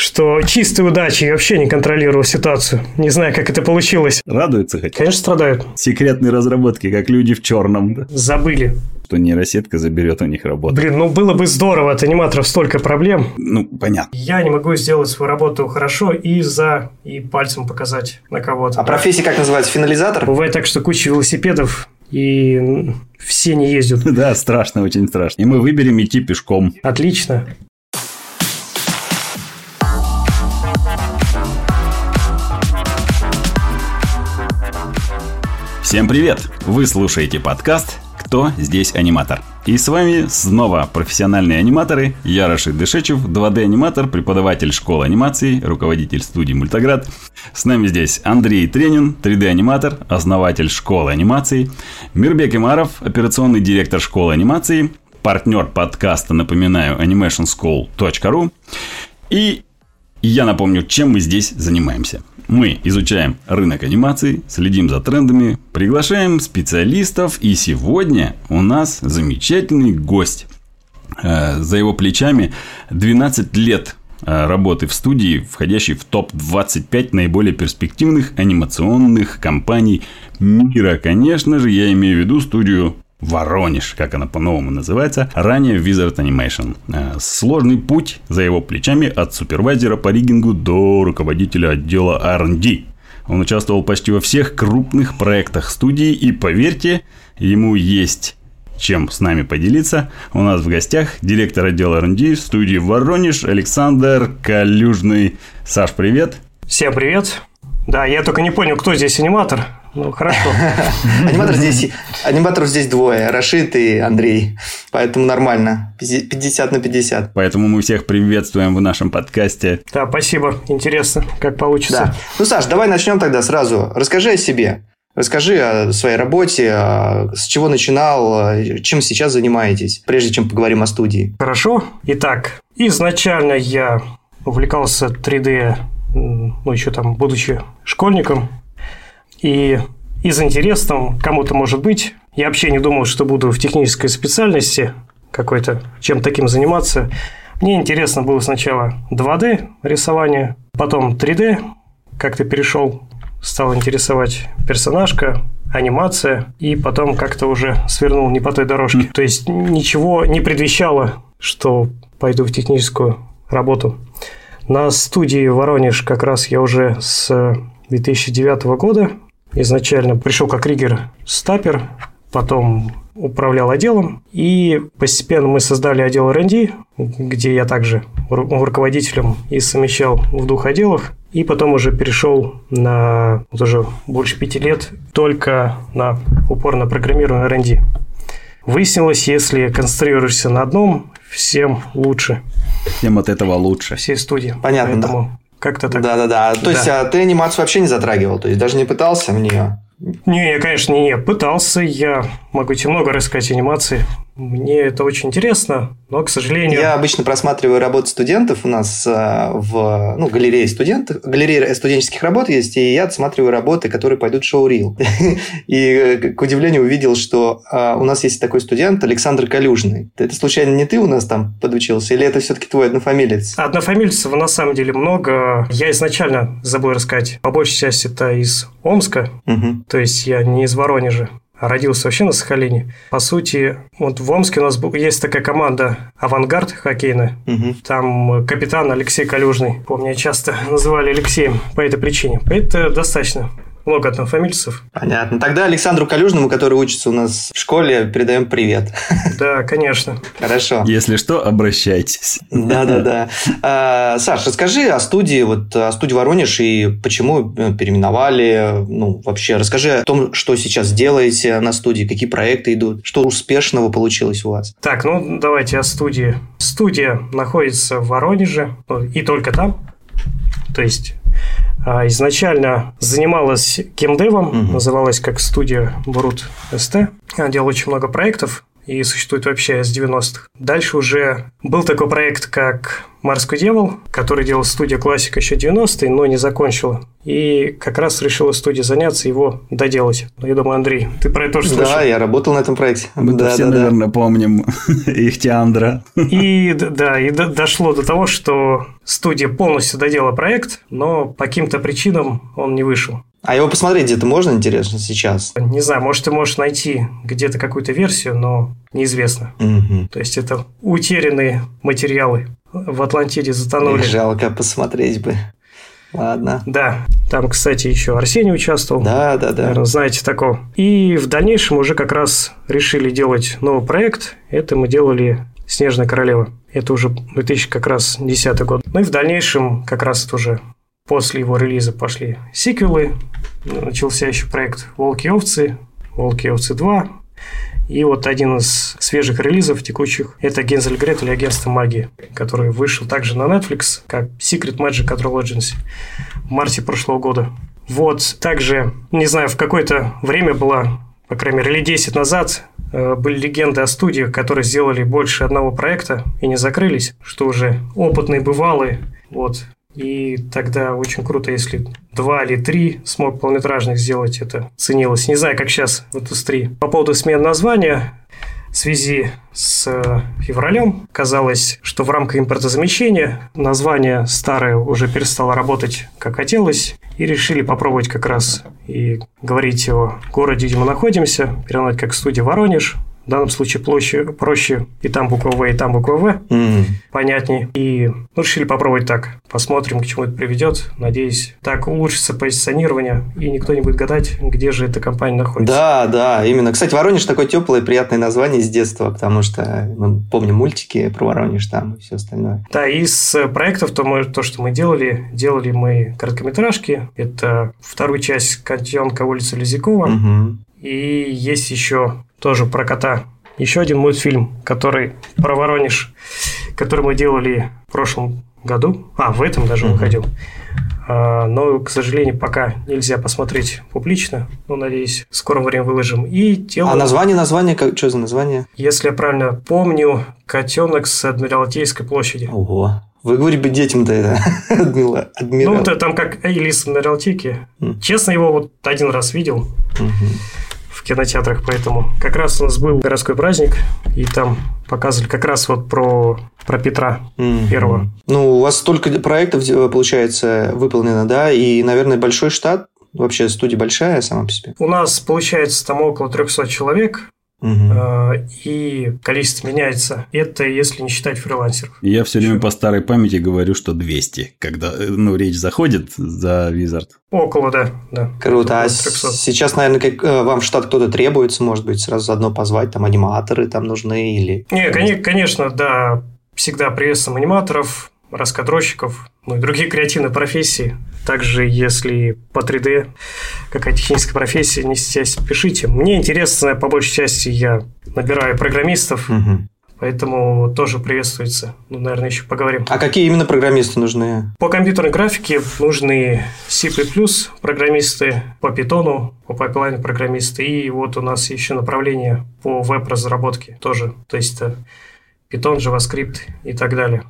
что чистой удачей я вообще не контролировал ситуацию. Не знаю, как это получилось. Радуются хоть? Конечно, страдают. Секретные разработки, как люди в черном. Да? Забыли. Что нейросетка заберет у них работу. Было бы здорово, от аниматоров столько проблем. Понятно. Я не могу сделать свою работу хорошо и пальцем показать на кого-то. А профессия как называется? Финализатор? Бывает так, что куча велосипедов, и все не ездят. Да, страшно, очень страшно. И мы выберем идти пешком. Отлично. Всем привет! Вы слушаете подкаст «Кто здесь аниматор?». И с вами снова профессиональные аниматоры. Я Рашид Дышечев, 2D-аниматор, преподаватель школы анимации, руководитель студии «Мультаград». С нами здесь Андрей Тренин, 3D-аниматор, основатель школы анимации. Мирбек Имаров, операционный директор школы анимации, партнер подкаста, напоминаю, animationschool.ru. И я напомню, чем мы здесь занимаемся. Мы изучаем рынок анимации, следим за трендами, приглашаем специалистов, и сегодня у нас замечательный гость. За его плечами 12 лет работы в студии, входящей в топ-25 наиболее перспективных анимационных компаний мира. Конечно же, я имею в виду студию Воронеж, как она по-новому называется, ранее Wizard Animation. Сложный путь за его плечами от супервайзера по риггингу до руководителя отдела R&D. Он участвовал почти во всех крупных проектах студии, и, поверьте, ему есть чем с нами поделиться. У нас в гостях директор отдела R&D студии Воронеж Александр Калюжный. Саш, привет. Всем привет. Да, я только не понял, кто здесь аниматор. Хорошо. Аниматоров здесь двое. Рашид и Андрей. Поэтому нормально. 50/50. Поэтому мы всех приветствуем в нашем подкасте. Да, спасибо. Интересно, как получится. Да. Саш, давай начнем тогда сразу. Расскажи о себе. Расскажи о своей работе, с чего начинал, чем сейчас занимаетесь, прежде чем поговорим о студии. Хорошо. Итак, изначально я увлекался 3D, еще там, будучи школьником. И из интереса, кому-то может быть, я вообще не думал, что буду в технической специальности какой-то, чем таким заниматься. Мне интересно было сначала 2D рисование, потом 3D, как-то перешел, стал интересовать персонажка, анимация, и потом как-то уже свернул не по той дорожке. То есть ничего не предвещало, что пойду в техническую работу. На студии Воронеж как раз я уже с 2009 года. Изначально пришел как риггер-стаппер, потом управлял отделом, и постепенно мы создали отдел R&D, где я также руководителем и совмещал в двух отделах, и потом уже перешел на уже больше 5 лет только на упор на программирование R&D. Выяснилось, если концентрируешься на одном, всем лучше. Всем от этого лучше. Всей студии. Понятно, поэтому... да. Как-то так. Да. То есть, ты анимацию вообще не затрагивал? То есть, даже не пытался в нее? Не, конечно, не пытался. Я могу тебе много рассказать о анимации. Мне это очень интересно, но, к сожалению... Я обычно просматриваю работы студентов. У нас в галерее студентов, галерея студенческих работ есть, и я отсматриваю работы, которые пойдут в шоу-рил. И, к удивлению, увидел, что у нас есть такой студент Александр Калюжный. Это, случайно, не ты у нас там подучился? Или это все-таки твой однофамилец? Однофамильцев на самом деле много. Я изначально забыл рассказать. По большей части это из Омска. То есть, я не из Воронежа. Родился вообще на Сахалине. По сути, вот в Омске у нас есть такая команда «Авангард» хоккейная. Там капитан Алексей Калюжный. Помню, часто называли Алексеем по этой причине. Это достаточно много однофамильцев. Понятно. Тогда Александру Калюжному, который учится у нас в школе, передаем привет. Да, конечно. Хорошо. Если что, обращайтесь. Да. Саш, расскажи о студии, о студии Воронеж и почему переименовали. Вообще, расскажи о том, что сейчас делаете на студии, какие проекты идут, что успешного получилось у вас. Так, давайте о студии. Студия находится в Воронеже, и только там. То есть... Изначально занималась геймдевом, называлась как студия Brut ST. Делала очень много проектов. и существует вообще с 90-х. Дальше уже был такой проект, как «Морской дьявол», который делал студия «Классика» еще 90-е, но не закончила. И как раз решила студия заняться, его доделать. Я думаю, Андрей, ты про это тоже слышал? Да, я работал на этом проекте. Мы все, наверное, помним Ихтиандра. И дошло до того, что студия полностью доделала проект, но по каким-то причинам он не вышел. А его посмотреть где-то можно, интересно, сейчас? Не знаю, может, ты можешь найти где-то какую-то версию, но неизвестно. Угу. То есть, это утерянные материалы. В Атлантиде затонули. Жалко, посмотреть бы. Ладно. Да, там, кстати, еще Арсений участвовал. Да. Наверное, знаете такого. И в дальнейшем уже как раз решили делать новый проект. Это мы делали «Снежная королева». Это уже 2010 год. Ну и в дальнейшем как раз это уже после его релиза пошли сиквелы. Начался еще проект «Волки и овцы», «Волки и овцы 2». И вот один из свежих релизов текущих – это «Гензель и Гретель и агентство магии», который вышел также на Netflix, как Secret Magic Control Agency в марте прошлого года. Вот, также, не знаю, в какое-то время было, по крайней мере, лет 10 назад, были легенды о студиях, которые сделали больше одного проекта и не закрылись, что уже опытные бывалые, вот. И тогда очень круто, если 2 или 3 смог полнометражных сделать, это ценилось. Не знаю, как сейчас в индустрии. По поводу смены названия, в связи с февралем казалось, что в рамках импортозамещения название старое уже перестало работать, как хотелось, и решили попробовать как раз и говорить о городе, где мы находимся, переименовать как студия «Воронеж». В данном случае проще и там буква В, и там буква В, понятнее. И решили попробовать так. Посмотрим, к чему это приведет. Надеюсь, так улучшится позиционирование, и никто не будет гадать, где же эта компания находится. Да, именно. Кстати, Воронеж такое теплое и приятное название с детства, потому что мы помним мультики про Воронеж там и все остальное. Да, из проектов, то, что мы делали мы короткометражки. Это вторую часть «Котенка улицы Лизякова». Угу. И есть еще тоже про кота. Еще один мультфильм, который про Воронеж, который мы делали в прошлом году. В этом даже выходил. Но, к сожалению, пока нельзя посмотреть публично. Но, надеюсь, в скором времени выложим. И делаем... название? Что за название? Если я правильно помню, «Котенок с Адмиралтейской площади». Ого. Вы говорите детям-то это, адмирал. Ну, там как Элис в Адмиралтейке. Честно, его вот один раз видел в кинотеатрах, поэтому как раз у нас был городской праздник, и там показывали как раз вот про Петра Первого. Ну, у вас столько проектов, получается, выполнено, да, и, наверное, большой штат. Вообще студия большая сама по себе. У нас, получается, там около 300 человек. И количество меняется. Это если не считать фрилансеров. Я все время по старой памяти говорю, что 200, когда речь заходит за Wizard. Около, да. Круто. А сейчас, наверное, как вам в штат кто-то требуется, может быть, сразу заодно позвать, там аниматоры там нужны или... Не, конечно, да. Всегда приветствуем аниматоров, раскадрощиков, и другие креативные профессии. Также, если по 3D какая техническая профессия, не стесняйтесь, пишите. Мне интересно, по большей части, я набираю программистов, поэтому тоже приветствуется. Наверное, еще поговорим. А какие именно программисты нужны? По компьютерной графике нужны C++ программисты, по Python, по пайплайну программисты. И вот у нас еще направление по веб-разработке тоже. То есть, Python, JavaScript и так далее.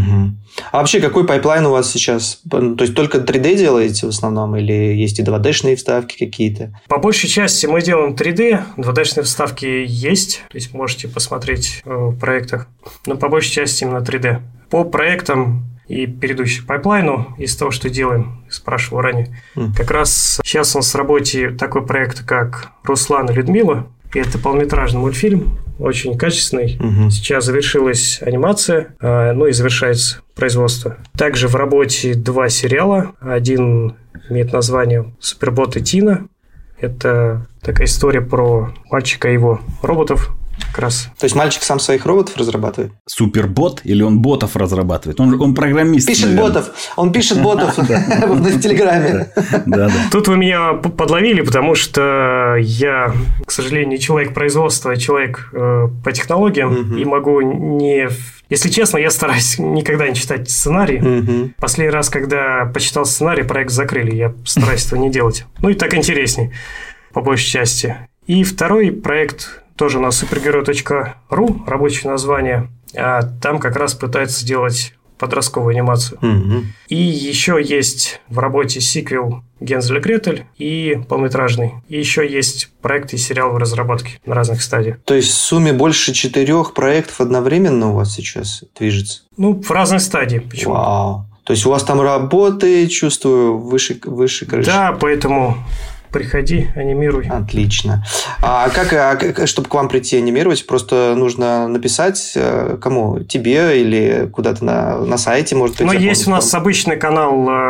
А вообще, какой пайплайн у вас сейчас? То есть, только 3D делаете в основном? Или есть и 2D-шные вставки какие-то? По большей части мы делаем 3D. 2D-шные вставки есть. То есть, можете посмотреть в проектах. Но по большей части именно 3D. По проектам и предыдущему пайплайну, из того, что делаем, спрашивал ранее, как раз сейчас у нас в работе такой проект, как «Руслан и Людмила». Это полнометражный мультфильм, очень качественный. Сейчас завершилась анимация, и завершается производство. Также в работе 2 сериала. Один имеет название «Супербот и Тина». Это такая история про мальчика и его роботов. Как раз. То есть, мальчик сам своих роботов разрабатывает? Супербот или он ботов разрабатывает? Он программист, пишет наверное. ботов. Он пишет ботов в Телеграме. Тут вы меня подловили, потому что я, к сожалению, не человек производства, а человек по технологиям. И могу не... Если честно, я стараюсь никогда не читать сценарий. Последний раз, когда почитал сценарий, проект закрыли. Я стараюсь этого не делать. И так интересней, по большей части. И второй проект тоже у нас superhero.ru, рабочее название. А там как раз пытается делать подростковую анимацию. И еще есть в работе сиквел «Гензель и Гретель» и полнометражный. И еще есть проекты и сериалы в разработке на разных стадиях. То есть в сумме больше 4 проектов одновременно у вас сейчас движется? Ну, в разной стадии. Почему? Вау. То есть у вас там работы, чувствую, выше крыши? Да, поэтому... Приходи, анимируй. Отлично. А как, чтобы к вам прийти анимировать, просто нужно написать кому? Тебе или куда-то на сайте, может быть? Ну, есть у нас обычный канал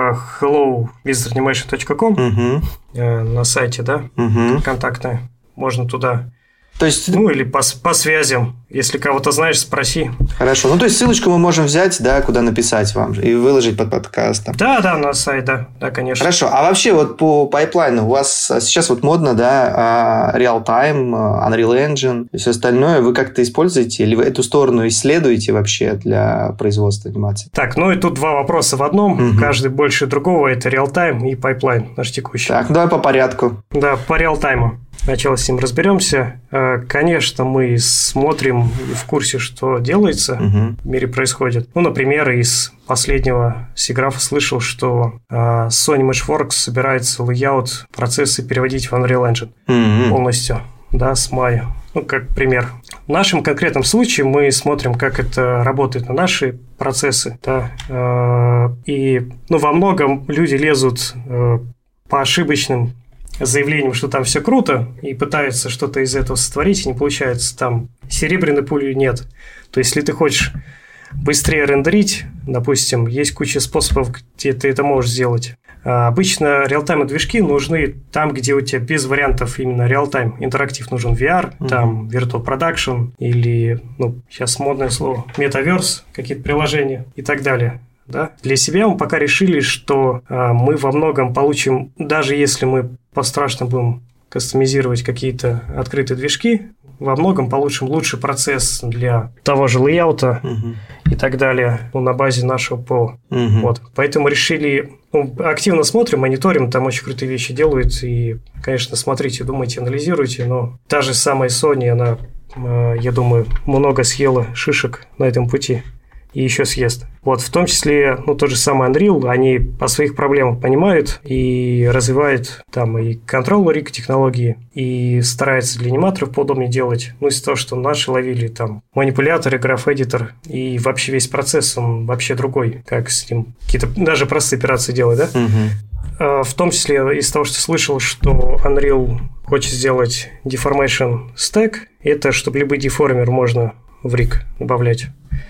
hello.wizardanimation.com на сайте, да, контактный. Можно туда. То есть... Ну, или по связям. Если кого-то знаешь, спроси. Хорошо. Ну, то есть, ссылочку мы можем взять, да, куда написать вам и выложить под подкастом. Да, на сайт, да, конечно. Хорошо. А вообще вот по пайплайну у вас сейчас вот модно, да, Real-Time, Unreal Engine и все остальное. Вы как-то используете или вы эту сторону исследуете вообще для производства анимации? Так, ну и тут два вопроса в одном. Каждый больше другого. Это Real-Time и пайплайн наш текущий. Так, ну давай по порядку. Да, по Real-Time. Сначала с ним разберемся. Конечно, мы смотрим и в курсе, что делается, в мире происходит. Ну, например, из последнего сиграфа слышал, что Sony Meshworks собирается layout процессы переводить в Unreal Engine полностью, да, с мая. Ну, как пример. В нашем конкретном случае мы смотрим, как это работает на наши процессы, да, и, ну, во многом люди лезут по ошибочным заявлением, что там все круто, и пытаются что-то из этого сотворить, и не получается. Там серебряной пули нет. То есть, если ты хочешь быстрее рендерить, допустим, есть куча способов, где ты это можешь сделать. А обычно реалтайм движки нужны там, где у тебя без вариантов именно реалтайм. Интерактив нужен VR, там Virtual Production или, ну, сейчас модное слово, Metaverse, какие-то приложения и так далее. Да? Для себя мы пока решили, что мы во многом получим, даже если мы по-страшному будем кастомизировать какие-то открытые движки, во многом получим лучший процесс для того же лейаута и так далее, ну, на базе нашего ПО. Вот. Поэтому решили, ну, активно смотрим, мониторим, там очень крутые вещи делают, и, конечно, смотрите, думайте, анализируйте, но та же самая Sony, она, я думаю, много съела шишек на этом пути. И еще съест. Вот, в том числе, ну, тот же самый Unreal, они о своих проблемах понимают и развивают там и контроллеры, технологии, и стараются для аниматоров поудобнее делать. Ну, из-за того, что наши ловили там манипуляторы, граф-эдитор, и вообще весь процесс, он вообще другой, как с ним какие-то даже простые операции делать, да? В том числе из того, что слышал, что Unreal хочет сделать deformation stack, это чтобы любой деформер можно в риг добавлять.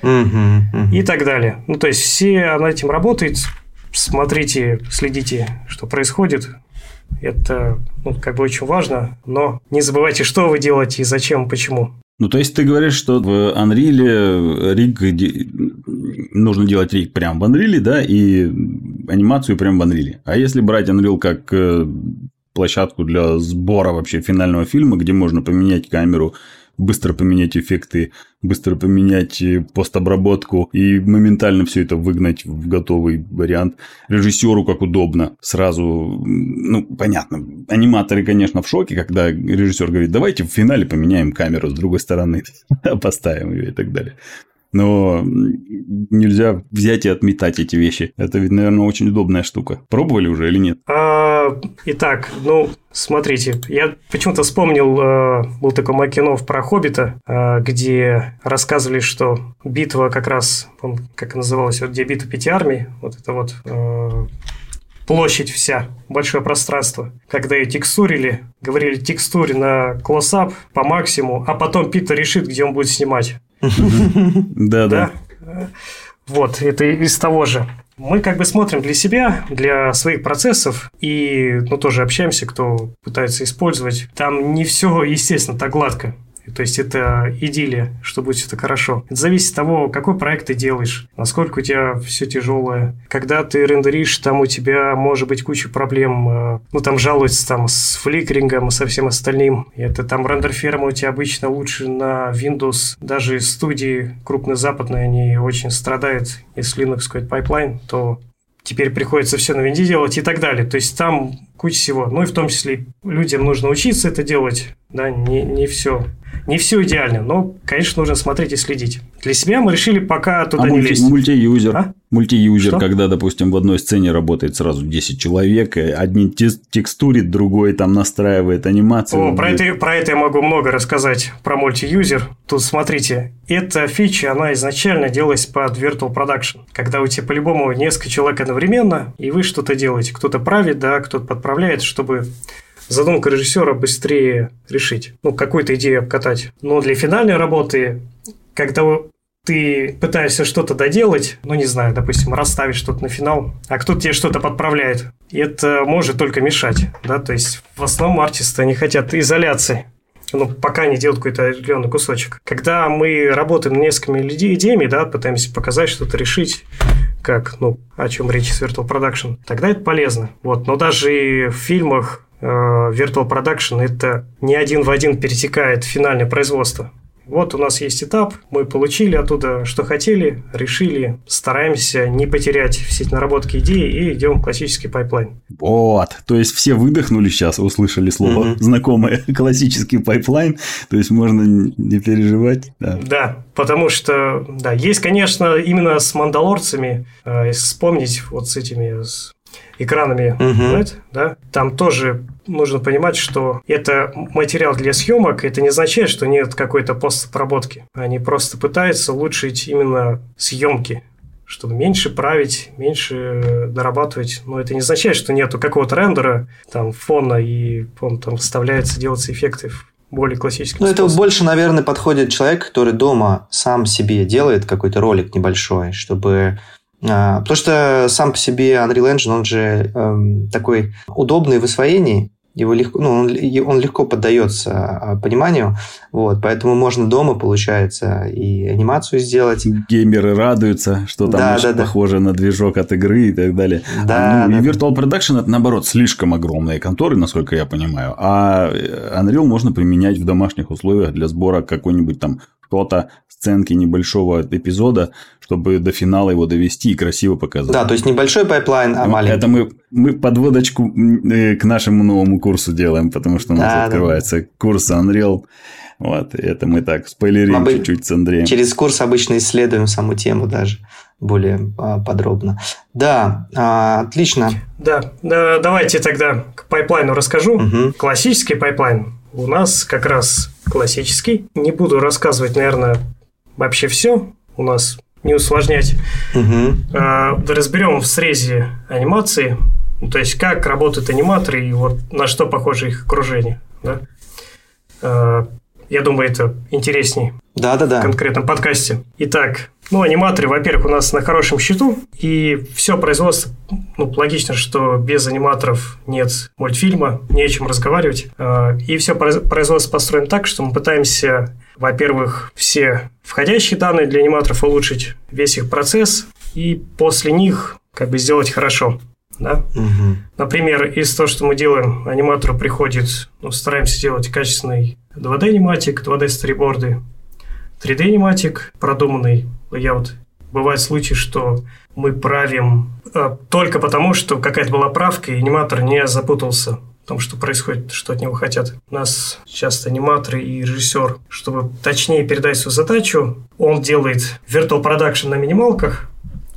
И так далее. Ну, то есть, все над этим работают. Смотрите, следите, что происходит. Это, ну, как бы очень важно. Но не забывайте, что вы делаете и зачем, почему. Ну, то есть, ты говоришь, что в Unreal риг нужно делать риг прямо в Unreal, да, и анимацию прямо в Unreal. А если брать Unreal как площадку для сбора вообще финального фильма, где можно поменять камеру, быстро поменять эффекты, быстро поменять постобработку и моментально все это выгнать в готовый вариант. Режиссеру как удобно. Сразу, ну, понятно, аниматоры, конечно, в шоке, когда режиссер говорит, давайте в финале поменяем камеру с другой стороны, поставим ее и так далее. Но нельзя взять и отметать эти вещи. Это ведь, наверное, очень удобная штука. Пробовали уже или нет? Итак, ну, смотрите, я почему-то вспомнил, был такой макинов про Хоббита, где рассказывали, что битва как раз, как называлась, вот где битва 5 армий, вот это вот площадь вся, большое пространство. Когда ее текстурили, говорили текстуре на клоусап по максимуму, а потом Питер решит, где он будет снимать. Да. Вот, это из того же. Мы как бы смотрим для себя, для своих процессов и, ну, тоже общаемся, кто пытается использовать. Там не все, естественно, так гладко. То есть, это идиллия, что будет все так хорошо. Это зависит от того, какой проект ты делаешь, насколько у тебя все тяжелое. Когда ты рендеришь, там у тебя может быть куча проблем. Ну, там жалуются там, с фликерингом и со всем остальным. Это там рендер-фермы у тебя обычно лучше на Windows. Даже студии крупнозападные, они очень страдают. Если Linux какой-то пайплайн, то теперь приходится все на винде делать и так далее. То есть, там куча всего. Ну, и в том числе людям нужно учиться это делать. Да, не все. не все идеально, но, конечно, нужно смотреть и следить. Для себя мы решили пока туда не лезть. Мультиюзер. Мультиюзер, Что? когда, допустим, в одной сцене работает сразу 10 человек, один текстурит, другой там настраивает анимацию. Про это я могу много рассказать, про мультиюзер. Тут смотрите, эта фича, она изначально делалась под Virtual Production, когда у тебя по-любому несколько человек одновременно, и вы что-то делаете. Кто-то правит, да, кто-то подправляет, чтобы задумку режиссера быстрее решить, какую-то идею обкатать. Но для финальной работы, когда ты пытаешься что-то доделать, не знаю, допустим, расставить что-то на финал, а кто-то тебе что-то подправляет, это может только мешать, да, то есть в основном артисты, они хотят изоляции, пока не делают какой-то определенный кусочек. Когда мы работаем над несколькими идеями, да, пытаемся показать, что-то решить, как, о чем речь с Virtual Production, тогда это полезно. Но даже и в фильмах Virtual Production это не один в один перетекает в финальное производство. У нас есть этап, мы получили оттуда, что хотели, решили, стараемся не потерять все эти наработки идеи и идем в классический пайплайн. То есть все выдохнули сейчас, услышали слово знакомое, классический пайплайн, то есть можно не переживать. Да, потому что, есть, конечно, именно с мандалорцами, если вспомнить с этими с экранами, да, там тоже нужно понимать, что это материал для съемок, это не означает, что нет какой-то постпроработки. Они просто пытаются улучшить именно съемки, чтобы меньше править, меньше дорабатывать. Но это не означает, что нету какого-то рендера, фона, и он там вставляется, делаются эффекты в более классическим способом. Это больше, наверное, подходит человек, который дома сам себе делает какой-то ролик небольшой, чтобы... Потому что сам по себе Unreal Engine, он же такой удобный в освоении, его легко, он легко поддается пониманию, поэтому можно дома, получается, и анимацию сделать. Геймеры радуются, что там похоже на движок от игры и так далее. И Virtual Production – это, наоборот, слишком огромные конторы, насколько я понимаю, а Unreal можно применять в домашних условиях для сбора какой-нибудь там что-то, сценки небольшого эпизода, чтобы до финала его довести и красиво показать. Да, то есть небольшой пайплайн, а маленький. Это мы подводочку к нашему новому курсу делаем, потому что у нас открывается курс Unreal. Это мы так спойлерим чуть-чуть с Андреем. Через курс обычно исследуем саму тему даже более подробно. Да, отлично. Да, давайте тогда к пайплайну расскажу. Классический пайплайн у нас как раз классический. Не буду рассказывать, наверное, вообще все. У нас не усложнять. Разберем в срезе анимации, то есть как работают аниматоры и на что похоже их окружение. Да? Я думаю, это интересней в конкретном подкасте. Итак, аниматоры, во-первых, у нас на хорошем счету, и все производство, логично, что без аниматоров нет мультфильма, не о чем разговаривать. И все производство построено так, что мы пытаемся, во-первых, все входящие данные для аниматоров улучшить, весь их процесс, и после них сделать хорошо. Да? Например, из того, что мы делаем, аниматору приходит, стараемся делать качественный 2D-аниматик, 2D-сториборды, 3D-аниматик, продуманный layout. Бывают случаи, что мы правим только потому, что какая-то была правка, и аниматор не запутался в том, что происходит, что от него хотят. У нас часто аниматоры и режиссер, чтобы точнее передать свою задачу, он делает Virtual Production на минималках.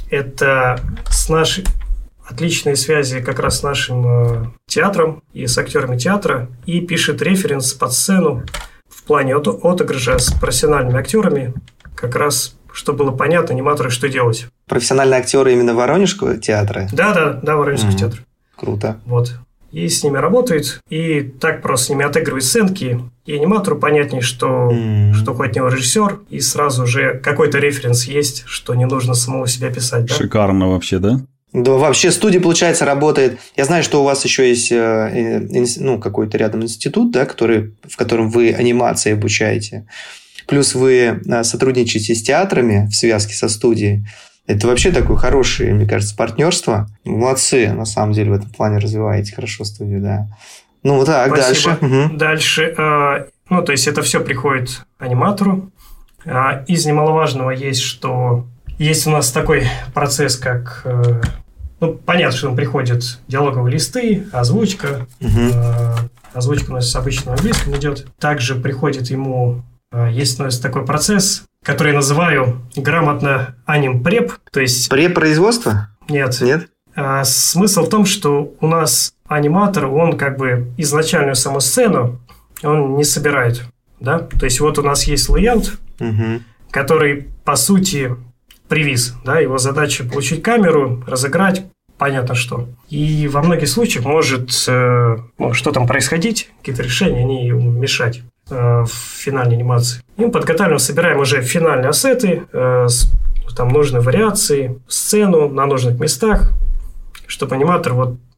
Это с нашей отличные связи как раз с нашим театром и с актерами театра, и пишет референс под сцену в плане отыгрыша с профессиональными актерами, как раз, чтобы было понятно аниматору, что делать. Профессиональные актеры именно Воронежского театра? Да, Воронежского театра. Круто. И с ними работает, и так просто с ними отыгрывает сценки, и аниматору понятнее, что хоть него режиссер, и сразу же какой-то референс есть, что не нужно самого себя писать. Да? Шикарно вообще, да? Да, вообще студия, получается, работает. Я знаю, что у вас еще есть какой-то рядом институт, да, в котором вы анимации обучаете. Плюс вы сотрудничаете с театрами в связке со студией. Это вообще такое хорошее, мне кажется, партнерство. Молодцы, на самом деле, в этом плане развиваете хорошо студию, да. Так, спасибо. Дальше. Дальше, то есть это все приходит аниматору. Из немаловажного есть, что есть у нас такой процесс, как... понятно, что приходят диалоговые листы, озвучка. Озвучка у нас обычно на английском идет. Также приходит ему есть у нас такой процесс, который я называю грамотно аним-преп, то есть... Преп-производство? Нет. Нет? Смысл в том, что у нас аниматор, он как бы изначальную саму сцену, он не собирает, да? То есть вот у нас есть лейаут, который, по сути, привиз, да? Его задача получить камеру, разыграть, понятно что. И во многих случаях может что там происходить, какие-то решения, они ему мешать в финальной анимации. И мы подготавливаем, собираем уже финальные ассеты, там нужные вариации, сцену на нужных местах, чтобы аниматор,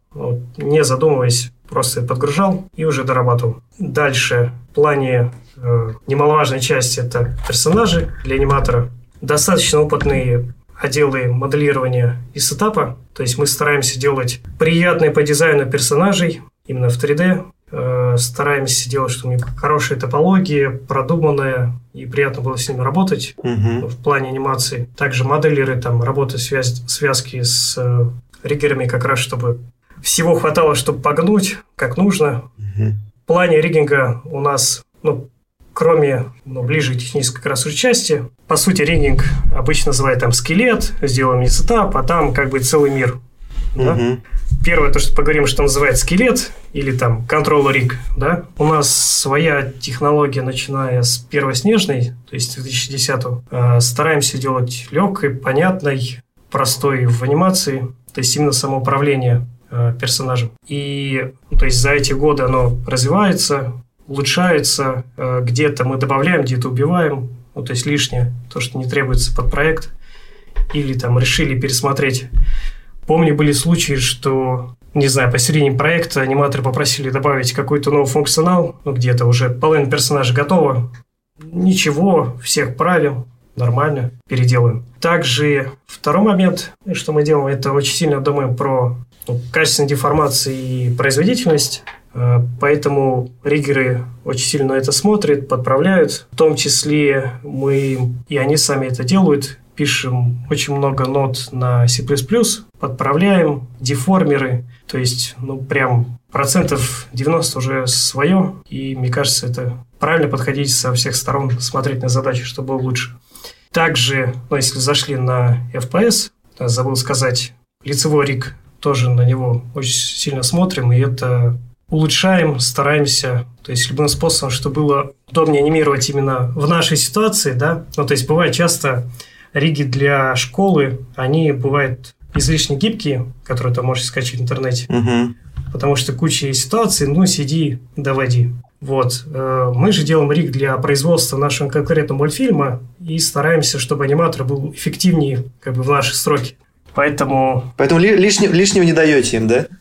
не задумываясь, просто подгружал и уже дорабатывал. Дальше в плане немаловажной части это персонажи для аниматора. Достаточно опытные отделы моделирования и сетапа. То есть мы стараемся делать приятные по дизайну персонажей именно в 3D. Стараемся делать, чтобы у них хорошая топология, продуманная, и приятно было с ними работать в плане анимации. Также моделеры там работают связки с риггерами как раз, чтобы всего хватало, чтобы погнуть как нужно. В плане риггинга у нас, кроме ближе к технической как раз части, по сути, риггинг обычно называют там скелет, сделаем не сетап, а там как бы целый мир. Да? Первое, то, что поговорим, что называет скелет или там control rig, да? У нас своя технология, начиная с первой снежной, то есть 2010-го. Стараемся делать легкой, понятной, простой в анимации, то есть именно самоуправление персонажем. И то есть за эти годы оно развивается, улучшается, где-то мы добавляем, где-то убиваем, то есть лишнее, то, что не требуется под проект, или там решили пересмотреть. Помню, были случаи, что, не знаю, посередине проекта аниматоры попросили добавить какой-то новый функционал, где-то уже половина персонажей готова. Ничего, всех правим, нормально, переделаем. Также второй момент, что мы делаем, это очень сильно думаем про качественную деформацию и производительность. Поэтому риггеры очень сильно это смотрят, подправляют. В том числе мы, и они сами это делают, пишем очень много нот на C++, подправляем, деформеры, то есть, прям 90% уже свое, и мне кажется, это правильно подходить со всех сторон, смотреть на задачи, чтобы было лучше. Также, если зашли на FPS, забыл сказать, лицевой риг, тоже на него очень сильно смотрим, и это улучшаем, стараемся, то есть любым способом, чтобы было удобнее анимировать именно в нашей ситуации, да, то есть бывает часто риги для школы, они бывают излишне гибкие, которые ты можешь скачать в интернете, потому что куча ситуаций, сиди, доводи. Мы же делаем риг для производства нашего конкретного мультфильма и стараемся, чтобы аниматор был эффективнее в наши сроки. Поэтому лишнего не даете им, да?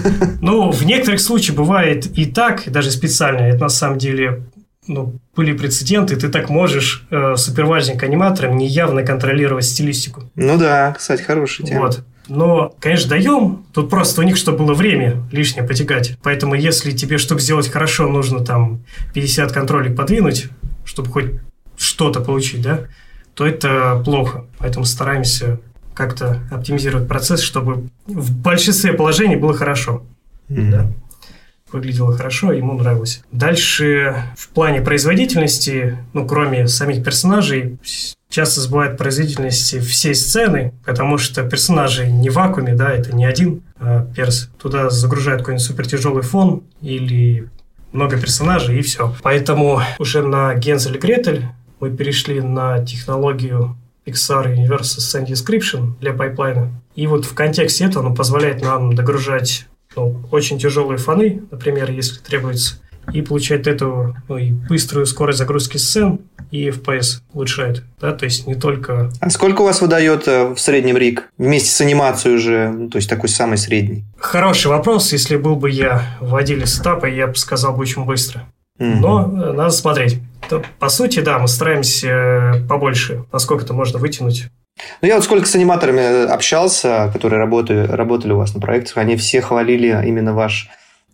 В некоторых случаях бывает и так, и даже специально. Это на самом деле были прецеденты, ты так можешь супервайзинг аниматорам неявно контролировать стилистику. Да, кстати, хорошая тема. Но, конечно, даем. Тут просто у них, чтобы было время лишнее потягать. Поэтому, если тебе, чтобы сделать хорошо, нужно там 50 контролек подвинуть, чтобы хоть что-то получить, да, то это плохо. Поэтому стараемся как-то оптимизировать процесс, чтобы в большинстве положений было хорошо. Да? Выглядело хорошо, ему нравилось. Дальше в плане производительности, кроме самих персонажей, часто забывают производительности всей сцены, потому что персонажи не в вакууме, да, это не один перс. Туда загружают какой-нибудь супертяжелый фон или много персонажей, и все. Поэтому уже на Гензель и Гретель мы перешли на технологию Pixar Universal Scene Description для пайплайна. И в контексте этого он позволяет нам догружать очень тяжелые фоны, например, если требуется, и получать эту и быструю скорость загрузки сцен, и FPS улучшает. Да? То есть не только... А сколько у вас выдает в среднем риг? Вместе с анимацией уже, то есть такой самый средний? Хороший вопрос. Если был бы я в отделе сетапа, я бы сказал бы очень быстро. Но надо смотреть. По сути, да, мы стараемся побольше, насколько это можно вытянуть. Я сколько с аниматорами общался, которые работали у вас на проектах, они все хвалили именно ваш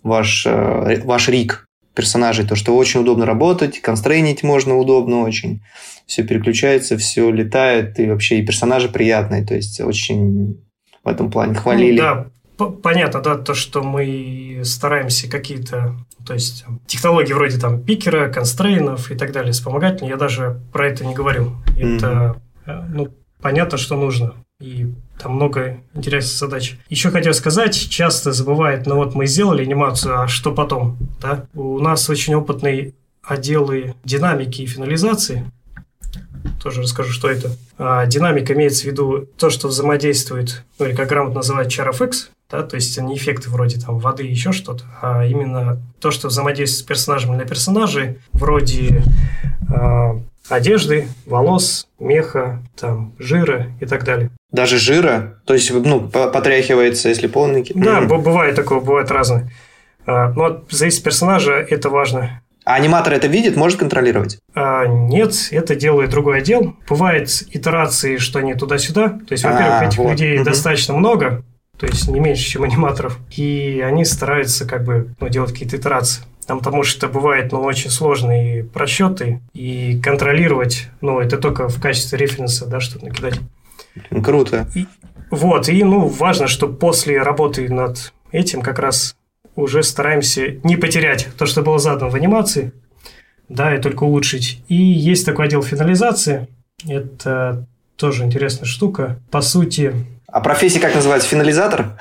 риг персонажей, то, что очень удобно работать, констрейнить можно удобно очень, все переключается, все летает, и вообще и персонажи приятные, то есть очень в этом плане хвалили. Да, понятно, да, то, что мы стараемся какие-то, то есть технологии вроде там пикера, констрейнов и так далее, вспомогательные, я даже про это не говорю. Это, понятно, что нужно. И там много интересных задач. Еще хотел сказать, часто забывают, мы сделали анимацию, а что потом? Да? У нас очень опытные отделы динамики и финализации. Тоже расскажу, что это. Динамика имеется в виду то, что взаимодействует, или как грамотно называют CharFX, да, то есть не эффекты вроде там воды и еще что-то, а именно то, что взаимодействует с персонажем для персонажей, вроде одежды, волос, меха, там, жира и так далее. Даже жира? То есть, потряхивается, если полненький? Да, бывает такое, бывает разное. Но зависит от персонажа, это важно. А аниматор это видит, может контролировать? Нет, это делает другой отдел. Бывают итерации, что они туда-сюда. То есть, во-первых, этих людей достаточно много, то есть не меньше, чем аниматоров. И они стараются делать какие-то итерации. Потому что бывают очень сложные просчеты, и контролировать, это только в качестве референса, да, что-то накидать. Круто. И важно, что после работы над этим как раз уже стараемся не потерять то, что было задано в анимации, да, и только улучшить. И есть такой отдел финализации. Это тоже интересная штука. По сути... А профессия как называется? Финализатор?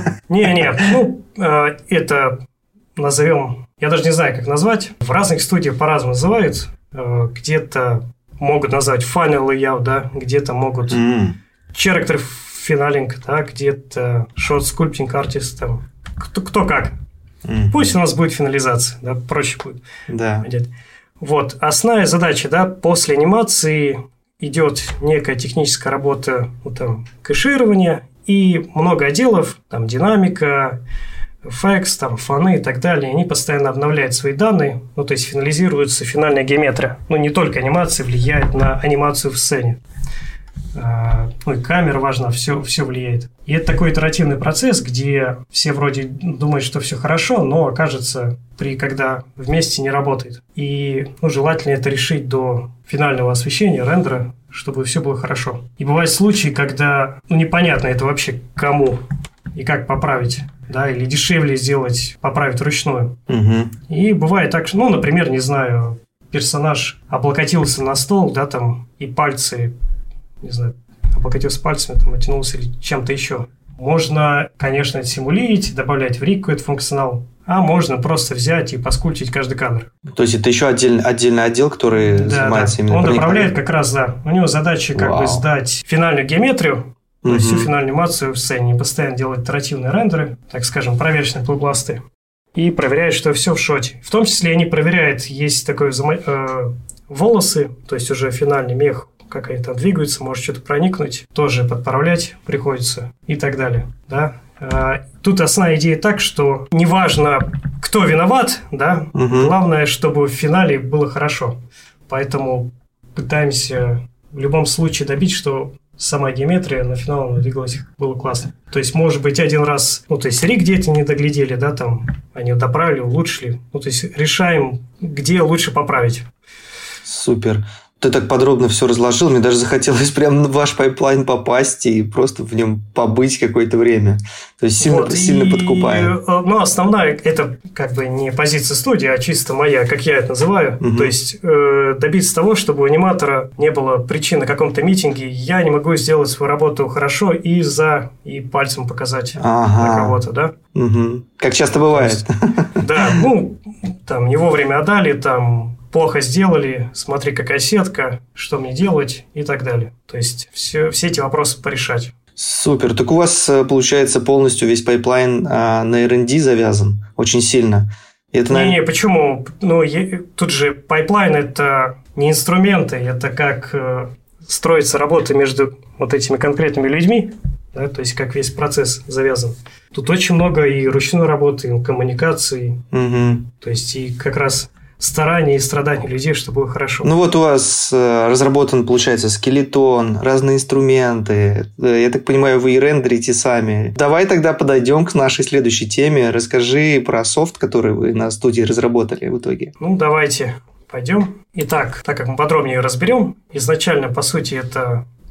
Это назовем... Я даже не знаю, как назвать. В разных студиях по-разному называют. Где-то могут назвать final layout, да, где-то могут character finaling, да, где-то short sculpting artist, там, кто как. Пусть у нас будет финализация, да, проще будет. Да. Вот, основная задача, да, после анимации идет некая техническая работа, кэширование и много отделов, там, динамика, FX, там, фоны и так далее, они постоянно обновляют свои данные, то есть финализируется финальная геометрия. Не только анимация влияет на анимацию в сцене. И камера важна, все влияет. И это такой итеративный процесс, где все вроде думают, что все хорошо, но окажется, когда вместе не работает. И желательно это решить до финального освещения, рендера, чтобы все было хорошо. И бывают случаи, когда непонятно это вообще кому и как поправить. Да, или дешевле сделать, поправить вручную. И бывает так, что, например, не знаю, персонаж облокотился на стол, да, там, и пальцы, не знаю, облокотился пальцами, там, оттянулся или чем-то еще. Можно, конечно, это симулировать, добавлять в риг какой-то функционал, а можно просто взять и поскультить каждый кадр. То есть, это еще отдельный отдел, который занимается именно... Он направляет как раз, да. У него задача сдать финальную геометрию, то есть всю финальную анимацию в сцене, постоянно делать итеративные рендеры, так скажем, проверочные плейбласты, и проверяет, что все в шоте. В том числе они проверяют, есть такое волосы, то есть уже финальный мех, как они там двигаются, может что-то проникнуть, тоже подправлять приходится и так далее. Да? Тут основная идея так, что неважно, кто виноват, да, главное, чтобы в финале было хорошо. Поэтому пытаемся в любом случае добить, что сама геометрия на финал двигалась, было классно. То есть, может быть, один раз, то есть, риг где-то не доглядели, да, там, они доправили, улучшили. То есть, решаем, где лучше поправить. Супер. Ты так подробно все разложил, мне даже захотелось прямо в ваш пайплайн попасть и просто в нем побыть какое-то время. То есть, сильно подкупает. Основная, это не позиция студии, а чисто моя, как я это называю. То есть, добиться того, чтобы у аниматора не было причин на каком-то митинге, я не могу сделать свою работу хорошо и пальцем показать на кого-то, да? Как часто бывает. Да, там не вовремя отдали, там... плохо сделали, смотри, какая сетка, что мне делать и так далее. То есть, все эти вопросы порешать. Супер. Так у вас, получается, полностью весь пайплайн на R&D завязан очень сильно. Не, почему? Тут же пайплайн – это не инструменты, это как строится работа между вот этими конкретными людьми, да, то есть, как весь процесс завязан. Тут очень много и ручной работы, и коммуникации, то есть, и как раз... старания и страдания людей, чтобы было хорошо. У вас разработан, получается, скелетон, разные инструменты. Я так понимаю, вы и рендерите сами. Давай тогда подойдем к нашей следующей теме. Расскажи про софт, который вы на студии разработали в итоге. Давайте пойдем. Итак, так как мы подробнее разберем, изначально, по сути, это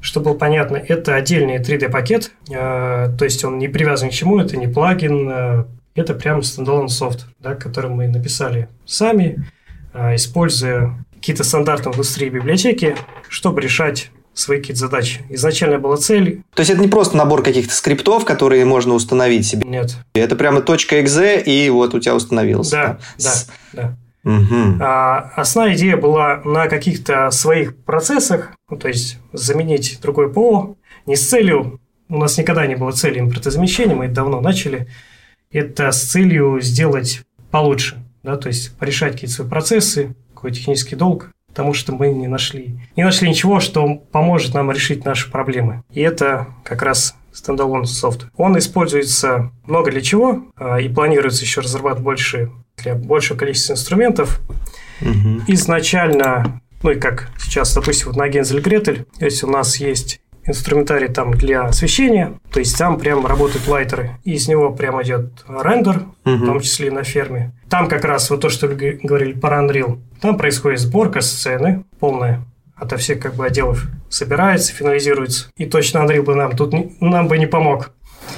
чтобы было понятно, это отдельный 3D-пакет, то есть он не привязан к чему, это не плагин, это прям стендалон софт, да, который мы написали сами, используя какие-то стандартные в индустрии библиотеки, чтобы решать свои какие-то задачи. Изначально была цель... То есть это не просто набор каких-то скриптов, которые можно установить себе? Нет. Это прямо .exe, и вот у тебя установился. Да. Угу. Основная идея была на каких-то своих процессах, то есть заменить другой ПО, не с целью, у нас никогда не было цели импортозамещения, мы это давно начали, это с целью сделать получше, да, то есть порешать какие-то свои процессы, какой технический долг, потому что мы не нашли ничего, что поможет нам решить наши проблемы. И это как раз стендалон софт. Он используется много для чего, и планируется еще разрабатывать для большего количества инструментов. Угу. Изначально, ну и как сейчас, допустим, вот на Гензель Гретель, то есть у нас есть инструментарий там для освещения, то есть там прям работают лайтеры, и из него прям идет рендер, в том числе и на ферме. Там как раз вот то, что вы говорили про Unreal, там происходит сборка сцены полная, ото всех как бы отделов собирается, финализируется, и точно Unreal бы нам бы не помог.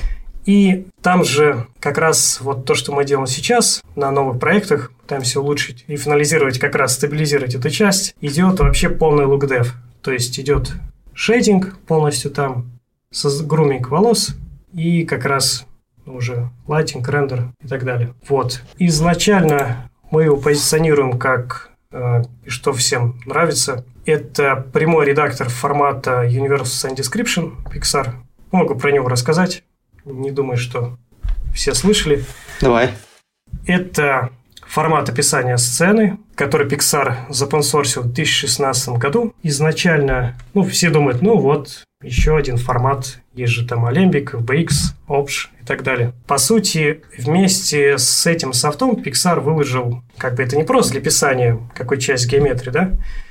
И там же как раз вот то, что мы делаем сейчас на новых проектах, пытаемся улучшить и финализировать, как раз стабилизировать эту часть, идет вообще полный лук-дев. То есть идет шейдинг полностью там, груминг волос и как раз уже лайтинг, рендер и так далее. Вот. Изначально мы его позиционируем как, и что всем нравится, это прямой редактор формата Universal Scene Description Pixar. Могу про него рассказать. Не думаю, что все слышали. Давай. Это формат описания сцены, который Pixar запонсорсил в 2016 году. Изначально, все думают, вот, еще один формат. Есть же там Alembic, FBX, Obj и так далее. По сути, вместе с этим софтом Pixar выложил, это не просто для писания какой часть геометрии, да?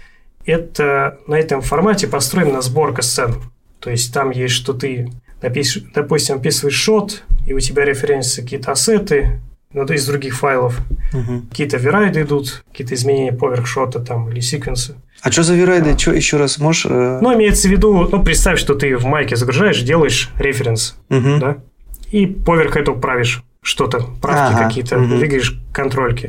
Это на этом формате построена сборка сцен. То есть там есть, что ты допустим, описываешь шот, и у тебя референсы, какие-то ассеты, из других файлов. Какие-то верайды идут, какие-то изменения поверх шота там, или секвенсы. А что за верайды? Что еще раз можешь... имеется в виду, представь, что ты в майке загружаешь, делаешь референс, да, и поверх этого правишь что-то, правки какие-то, двигаешь контрольки.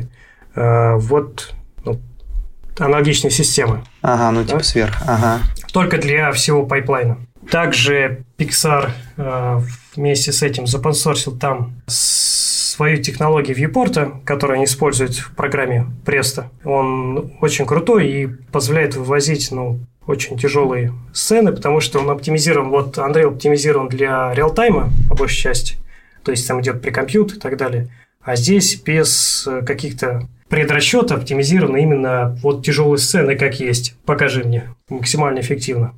Вот аналогичные системы. Типа сверху. Только для всего пайплайна. Также Pixar вместе с этим запонсорсил там свою технологию viewport, которую они используют в программе Presto. Он очень крутой и позволяет вывозить очень тяжелые сцены, потому что он оптимизирован, Unreal оптимизирован для реалтайма, по большей части, то есть там идет прекомпьют и так далее. А здесь без каких-то предрасчетов оптимизированы именно тяжелые сцены, как есть. Покажи мне. Максимально эффективно.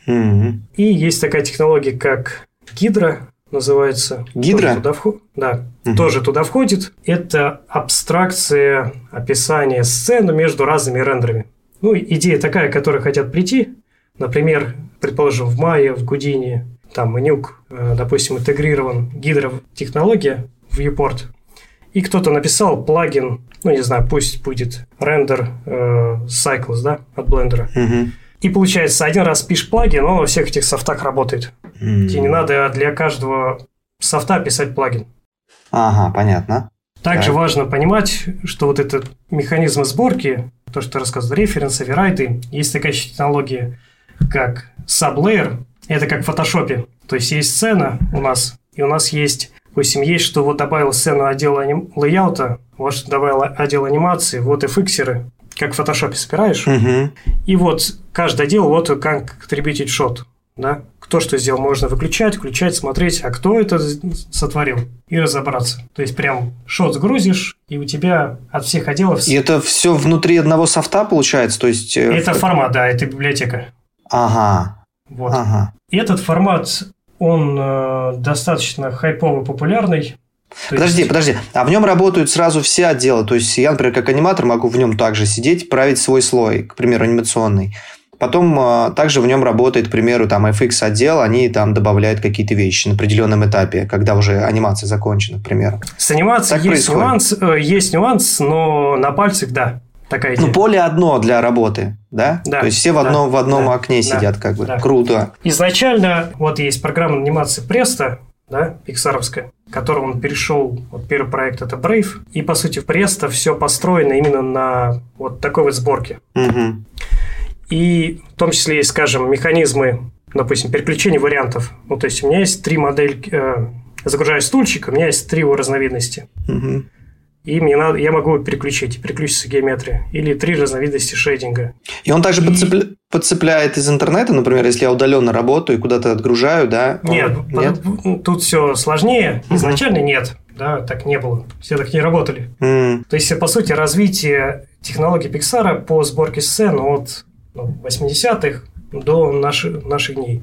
И есть такая технология, как Гидра, называется. Гидра? Тоже туда входит. Это абстракция описания сцены между разными рендерами. Идея такая, к которой хотят прийти. Например, предположим, в Maya, в Houdini, там Манюк, допустим, интегрирован Гидра-технология в viewport. И кто-то написал плагин, пусть будет рендер Cycles, да, от блендера. И получается, один раз пишешь плагин, он во всех этих софтах работает. Тебе не надо для каждого софта писать плагин. Понятно. Также важно понимать, что этот механизм сборки, то, что я рассказывал, референсы, верайды, есть такая технология, как sublаyer. Это как в фотошопе. То есть сцена у нас, и у нас есть, допустим, есть, добавил сцену отдела лейаута, что добавил отдел анимации, эффиксеры. Как в фотошопе собираешь, и каждый отдел, как атрибьютить шот, да, кто что сделал, можно выключать, включать, смотреть, а кто это сотворил, и разобраться. То есть прям шот сгрузишь, и у тебя от всех отделов... И это все внутри одного софта получается, то есть... Это формат, да, это библиотека. И этот формат, он достаточно хайповый, популярный. Подожди. А в нем работают сразу все отделы. То есть я, например, как аниматор могу в нем также сидеть, править свой слой, к примеру, анимационный. Потом также в нем работает, к примеру, там FX отдел, они там добавляют какие-то вещи на определенном этапе, когда уже анимация закончена, к примеру. С анимацией есть нюанс, но на пальцах, да. Такая идея. Поле одно для работы, да? Да. То есть все в одном окне сидят, как бы. Да. Круто. Изначально вот есть программа анимации Presto, да, пиксаровская, к которому он перешел. Вот первый проект – это Brave. И, по сути, в Presto все построено именно на вот такой вот сборке. Угу. И в том числе есть, скажем, механизмы, допустим, переключения вариантов. Ну, то есть у меня есть 3 модельки, загружаю стульчик, у меня есть 3 его разновидности. Угу. И я могу переключиться геометрия. Или 3 разновидности шейдинга. И он также подцепляет из интернета, например, если я удаленно работаю и куда-то отгружаю, да? Нет? Тут все сложнее. Изначально нет. Да, так не было. Все так не работали. То есть, по сути, развитие технологий Pixar по сборке сцен от 80-х до наших дней.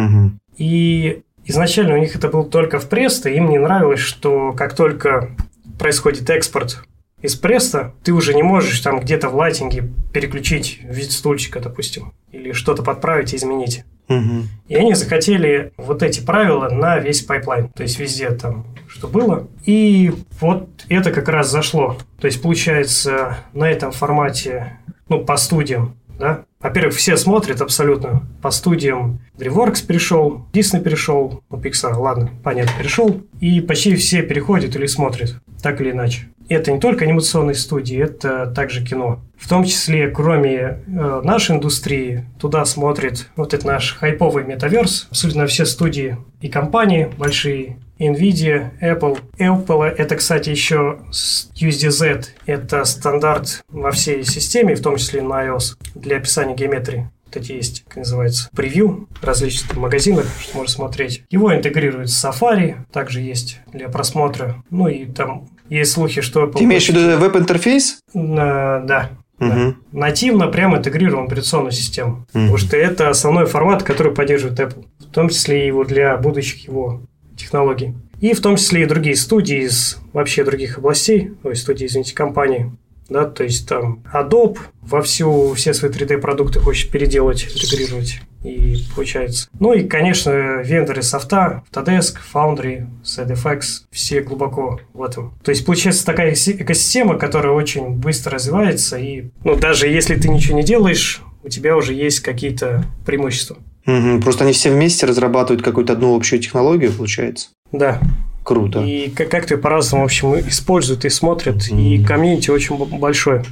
И изначально у них это было только в Presto. Им не нравилось, что как только происходит экспорт из Presto, ты уже не можешь там где-то в лайтинге переключить вид стульчика, допустим, или что-то подправить и изменить. И они захотели вот эти правила на весь пайплайн, то есть везде там, что было. И вот это как раз зашло. То есть, получается, на этом формате, по студиям, да, во-первых, все смотрят абсолютно. По студиям DreamWorks перешел, Disney перешел, Pixar, ладно, понятно, перешел. И почти все переходят или смотрят, так или иначе. Это не только анимационные студии, это также кино. В том числе, кроме нашей индустрии, туда смотрит вот этот наш хайповый метаверс. Абсолютно все студии и компании большие. NVIDIA, Apple. Apple – это, кстати, еще USDZ. Это стандарт во всей системе, в том числе на iOS, для описания геометрии. Вот эти есть, как называется, превью в различных магазинах, что можно смотреть. Его интегрируют с Safari, также есть для просмотра. И там есть слухи, что Apple... Ты имеешь в виду веб-интерфейс? Да. Да. Нативно прямо интегрирован в операционную систему. Потому что это основной формат, который поддерживает Apple. В том числе и для будущих его технологий. И в том числе и другие студии из вообще других областей, компании. Да, то есть там Adobe все свои 3D-продукты хочет переделать, интегрировать. И получается. И, конечно, вендоры софта, Autodesk, Foundry, SideFX, все глубоко в этом. То есть, получается такая экосистема, которая очень быстро развивается. И даже если ты ничего не делаешь, у тебя уже есть какие-то преимущества. Просто они все вместе разрабатывают какую-то одну общую технологию, получается? Да. Круто. И как-то по-разному, в общем, используют и смотрят, и комьюнити очень большое.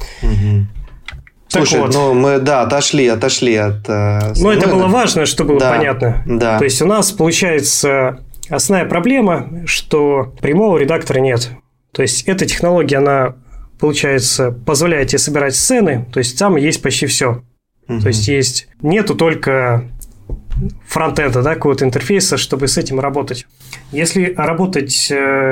Слушай, мы, отошли от... это было важно, чтобы было понятно. Да. То есть, у нас, получается, основная проблема, что прямого редактора нет. То есть, эта технология, она, получается, позволяет тебе собирать сцены, то есть, там есть почти все. То есть, нету только фронтенда, какого-то интерфейса, чтобы с этим работать. Если работать,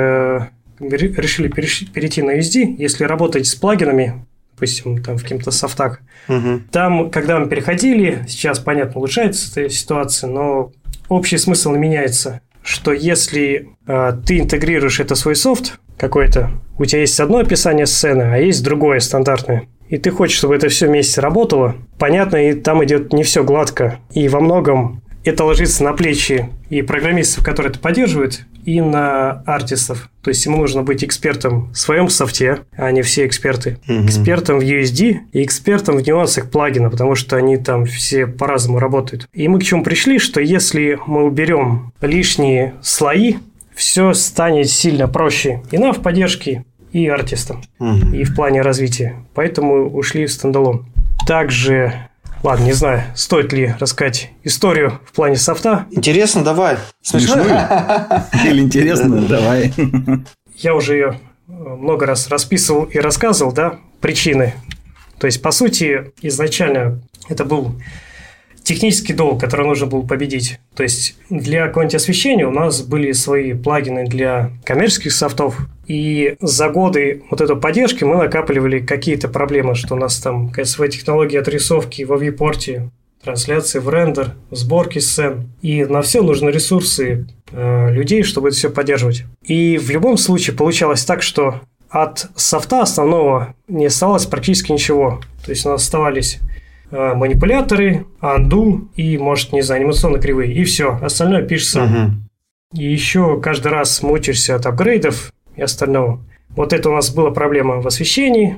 решили перейти на USD, если работать с плагинами, допустим, там в каких-то софтах, там, когда мы переходили, сейчас, понятно, улучшается эта ситуация, но общий смысл не меняется, что если ты интегрируешь это в свой софт какой-то, у тебя есть одно описание сцены, а есть другое стандартное, и ты хочешь, чтобы это все вместе работало, понятно, и там идет не все гладко. И во многом это ложится на плечи и программистов, которые это поддерживают, и на артистов. То есть ему нужно быть экспертом в своем софте, а не все эксперты. Экспертом в USD и экспертом в нюансах плагина, потому что они там все по-разному работают. И мы к чему пришли, что если мы уберем лишние слои, все станет сильно проще и нам в поддержке, и артистам, и в плане развития. Поэтому ушли в стендалон. Также, ладно, не знаю, стоит ли рассказать историю в плане софта. Интересно, давай. Смешную? Или интересно? Давай. Я уже ее много раз расписывал и рассказывал, причины. То есть, по сути, изначально это был технический долг, который нужно было победить. То есть, для какого-нибудь освещения у нас были свои плагины для коммерческих софтов. И за годы вот этой поддержки мы накапливали какие-то проблемы, что у нас там какая-то своя технология отрисовки во вьюпорте, трансляции в рендер, сборки сцен. И на все нужны ресурсы людей, чтобы это все поддерживать. И в любом случае получалось так, что от софта основного не осталось практически ничего. То есть, у нас оставались манипуляторы, undo и, может, не знаю, анимационные кривые. И все. Остальное пишется. И еще каждый раз мучаешься от апгрейдов и остального. Вот это у нас была проблема в освещении,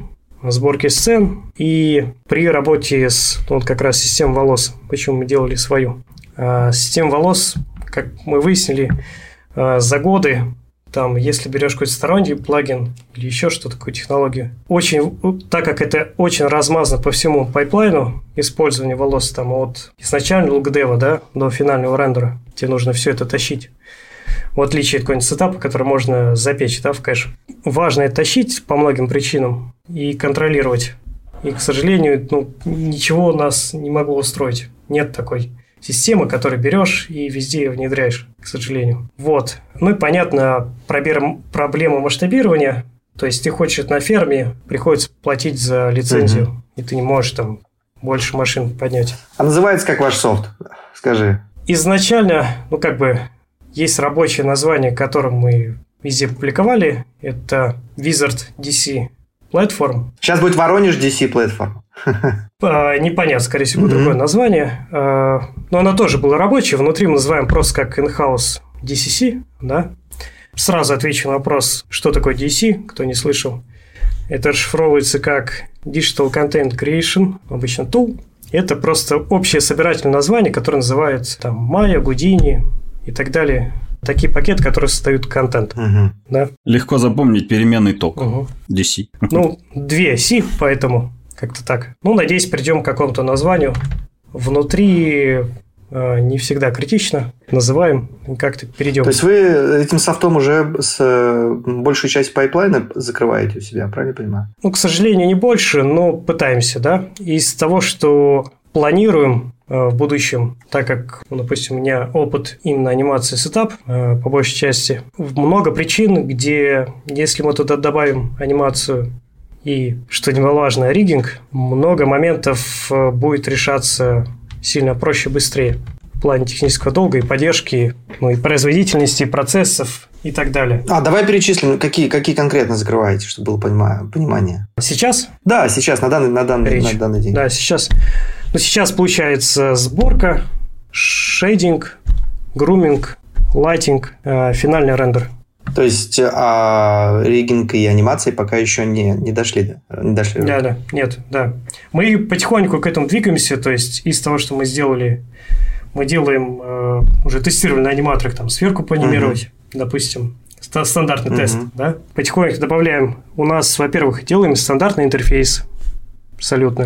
сборки сцен и при работе с вот как раз системой волос. Почему мы делали свою? Система волос, как мы выяснили, за годы, там, если берешь какой-то сторонний плагин или еще что-то, такую технологию, так как это очень размазано по всему пайплайну использования волос, там, от изначального логдева, да, до финального рендера, тебе нужно все это тащить. В отличие от какого-нибудь сетапа, который можно запечь, да, в кэш. Важно это тащить по многим причинам и контролировать. И, к сожалению, ничего у нас не могло устроить. Нет такой системы, которую берешь и везде внедряешь, к сожалению. Вот. Ну и понятно, проблема масштабирования. То есть ты хочешь это на ферме, приходится платить за лицензию, и ты не можешь там больше машин поднять. А называется как ваш софт? Скажи. Изначально, есть рабочее название, которое мы везде публиковали. Это Wizard DC Platform. Сейчас будет Воронеж DC Platform. Непонятно, скорее всего, другое название. Но оно тоже было рабочее. Внутри мы называем просто как in-house DCC. Да? Сразу отвечу на вопрос, что такое DC, кто не слышал. Это расшифровывается как Digital Content Creation, обычно tool. Это просто общее собирательное название, которое называется там Maya, Houdini и так далее. Такие пакеты, которые создают контент. Да? Легко запомнить переменный ток. DC. 2 C, поэтому как-то так. Надеюсь, придем к какому-то названию. Внутри не всегда критично. Называем и как-то перейдем. То есть, вы этим софтом уже с большую часть пайплайна закрываете у себя, правильно понимаю? К сожалению, не больше, но пытаемся, да. Из того, что планируем в будущем, так как, допустим, у меня опыт именно анимации сетап, по большей части, много причин, где, если мы туда добавим анимацию и, что немаловажно, риггинг, много моментов будет решаться сильно проще, быстрее в плане технического долга и поддержки, и производительности процессов и так далее. Давай перечислим, какие конкретно закрываете, чтобы было понимание. Сейчас? Да, сейчас, на данный день. Да, сейчас. Сейчас получается сборка, шейдинг, груминг, лайтинг, финальный рендер. То есть, риггинг и анимации пока еще не дошли? Да. Нет. Мы потихоньку к этому двигаемся, то есть, из того, что мы сделали, мы делаем уже тестирование на аниматорах, там, сверху поанимировать, допустим, стандартный тест, да? Потихоньку добавляем, у нас, во-первых, делаем стандартный интерфейс, абсолютно.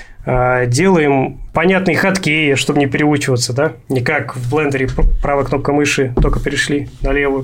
Делаем понятные хатки, чтобы не переучиваться, да? Не как в блендере правая кнопка мыши, только перешли на левую.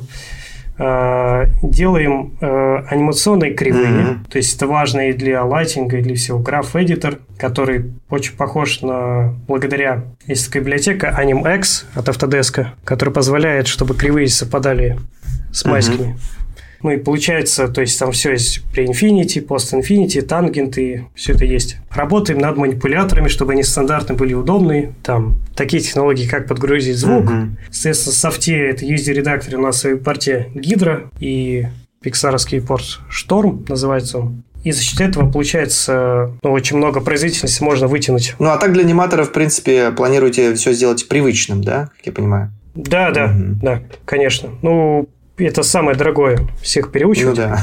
Делаем анимационные кривые, то есть это важно и для лайтинга, и для всего. Graph-эдитор, который очень похож на, благодаря, есть такая библиотека AnimX от Autodesk, которая позволяет, чтобы кривые совпадали с майскими. И получается, то есть там все есть pre-infinity, post-infinity, тангенты, все это есть. Работаем над манипуляторами, чтобы они стандартно были удобные. Там такие технологии, как подгрузить звук. Соответственно, в софте это USD-редакторе у нас в своей порте Hydra и пиксаровский порт Storm называется он. И за счет этого получается очень много производительности можно вытянуть. А так для аниматоров, в принципе, планируете все сделать привычным, да, как я понимаю? Да, конечно. Это самое дорогое всех переучивать. Да.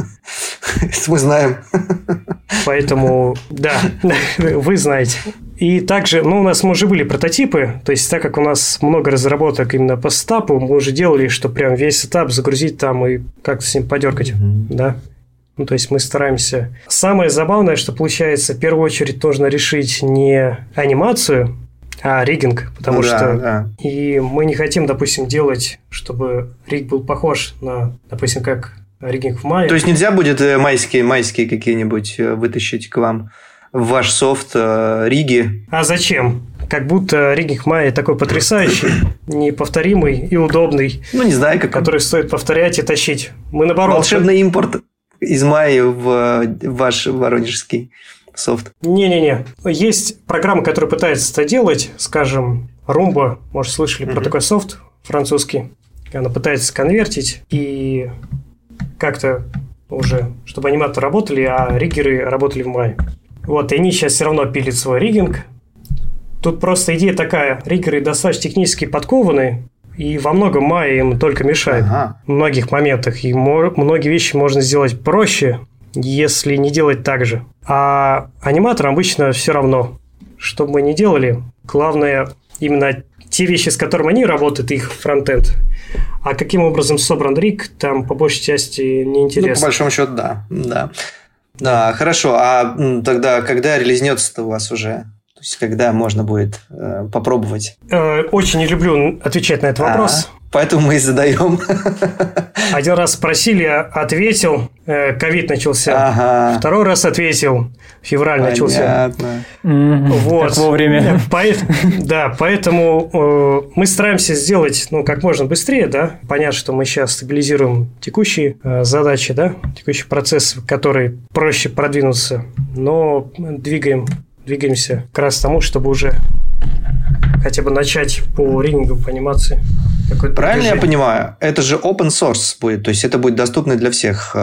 Мы знаем. Поэтому, да, вы знаете. И также, у нас мы уже были прототипы, то есть, так как у нас много разработок именно по сетапу, мы уже делали, что прям весь сетап загрузить там и как-то с ним подергать, да. То есть, мы стараемся. Самое забавное, что получается, в первую очередь нужно решить не анимацию, риггинг, потому что и мы не хотим, допустим, делать, чтобы риг был похож на, допустим, как риггинг в Maya. То есть, нельзя будет майские какие-нибудь вытащить к вам в ваш софт риги? А зачем? Как будто риггинг в Maya такой потрясающий, неповторимый и удобный. Не знаю, который стоит повторять и тащить. Мы наоборот... Волшебный импорт из Майи в ваш воронежский софт. Не-не-не. Есть программа, которая пытается это делать. Скажем, Roomba. Может, слышали про такой софт французский. Она пытается конвертить и как-то уже, чтобы аниматоры работали, а риггеры работали в Maya. И они сейчас все равно пилят свой риггинг. Тут просто идея такая. Риггеры достаточно технически подкованные, и во многом Maya им только мешает. В многих моментах. И многие вещи можно сделать проще, если не делать так же. А аниматорам обычно все равно, что бы мы ни делали. Главное, именно те вещи, с которыми они работают, их фронтенд. А каким образом собран риг, там по большей части неинтересно. Ну, по большому счету, да. Да, хорошо. А тогда когда релизнется-то у вас уже? То есть, когда можно будет попробовать? Очень не люблю отвечать на этот вопрос. Поэтому мы и задаем. Один раз спросили, ответил, ковид начался. Второй раз ответил, февраль начался. Вот. Как вовремя. Да, поэтому мы стараемся сделать как можно быстрее, да. Понятно, что мы сейчас стабилизируем текущие задачи, да, текущий процесс, который проще продвинуться, но двигаемся как раз к тому, чтобы уже хотя бы начать по рингу, по анимации. Правильно я понимаю? Это же open source будет, то есть это будет доступный для всех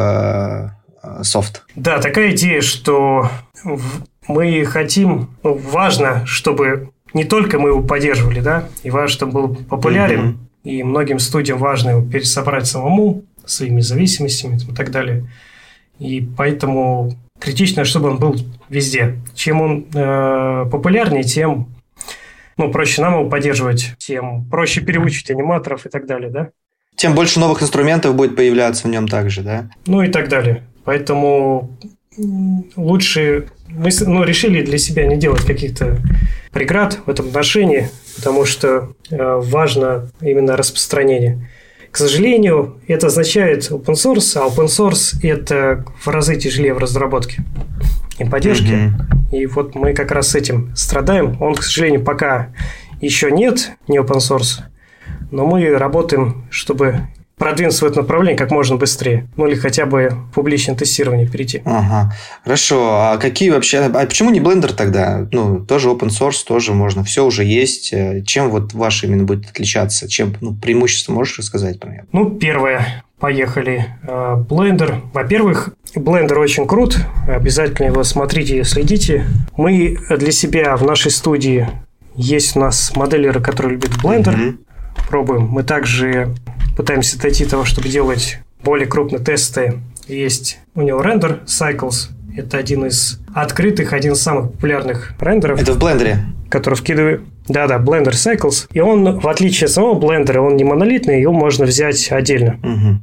софт. Да, такая идея, что мы хотим, важно, чтобы не только мы его поддерживали, да, и важно, чтобы был популярен, и многим студиям важно его пересобрать самому, своими зависимостями и так далее. И поэтому критично, чтобы он был везде. Чем он популярнее, тем проще нам его поддерживать, тем проще переучить аниматоров и так далее, да? Тем больше новых инструментов будет появляться в нем также, да? И так далее. Поэтому лучше... Мы решили для себя не делать каких-то преград в этом отношении, потому что важно именно распространение. К сожалению, это означает open source, а open source – это в разы тяжелее в разработке и поддержке. И вот мы как раз с этим страдаем. Он, к сожалению, пока еще нет, не open source, но мы работаем, чтобы продвинуться в это направление как можно быстрее. Или хотя бы в публичное тестирование перейти. Хорошо. А какие вообще... А почему не Blender тогда? Тоже open source, тоже можно. Все уже есть. Чем вот ваш именно будет отличаться? Чем преимущество можешь рассказать про это? Первое. Поехали. Blender. Во-первых, Blender очень крут. Обязательно его смотрите и следите. Мы для себя в нашей студии есть у нас моделеры, которые любят Blender. Пробуем. Мы также пытаемся дойти до того, чтобы делать более крупные тесты. Есть у него Render Cycles. Это один из открытых, один из самых популярных рендеров. Это в Blender? Который вкидываю. Да, Blender Cycles. И он, в отличие от самого Blender, он не монолитный, его можно взять отдельно.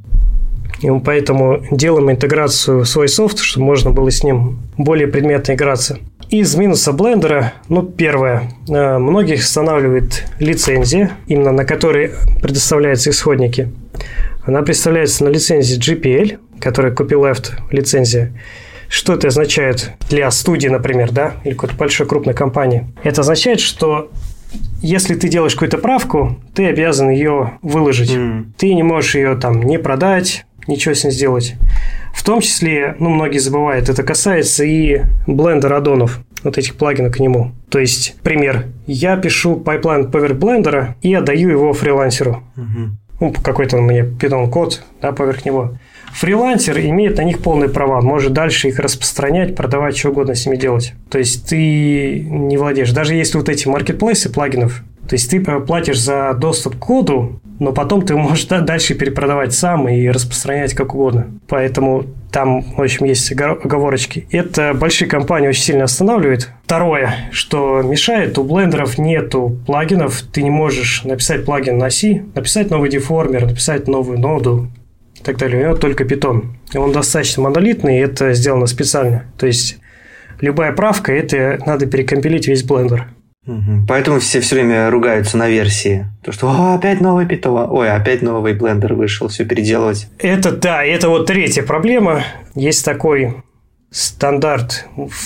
И мы поэтому делаем интеграцию в свой софт, чтобы можно было с ним более предметно играться. Из минуса Blender, первое, многих останавливает лицензия, именно на которой предоставляются исходники. Она представляется на лицензии GPL, которая copyleft лицензия. Что это означает для студии, например, да, или какой-то большой крупной компании? Это означает, что если ты делаешь какую-то правку, ты обязан ее выложить. Ты не можешь ее не продать, ничего с ней сделать. В том числе, многие забывают, это касается и Blender аддонов, вот этих плагинов к нему. То есть, пример, я пишу пайплайн поверх Blender и отдаю его фрилансеру. Какой-то у меня Python-код, поверх него. Фрилансер имеет на них полные права, может дальше их распространять, продавать, что угодно с ними делать. То есть, ты не владеешь. Даже если вот эти маркетплейсы плагинов, то есть, ты платишь за доступ к коду, но потом ты можешь дальше перепродавать сам и распространять как угодно. Поэтому там, в общем, есть оговорочки. Это большие компании очень сильно останавливает. Второе, что мешает, у блендеров нету плагинов. Ты не можешь написать плагин на C, написать новый деформер, написать новую ноду и так далее. У него только Python. И он достаточно монолитный, и это сделано специально. То есть, любая правка, это надо перекомпилить весь блендер. Поэтому все время ругаются на версии. То, что опять новый Python, опять новый Blender вышел, все переделывать. Это вот третья проблема. Есть такой стандарт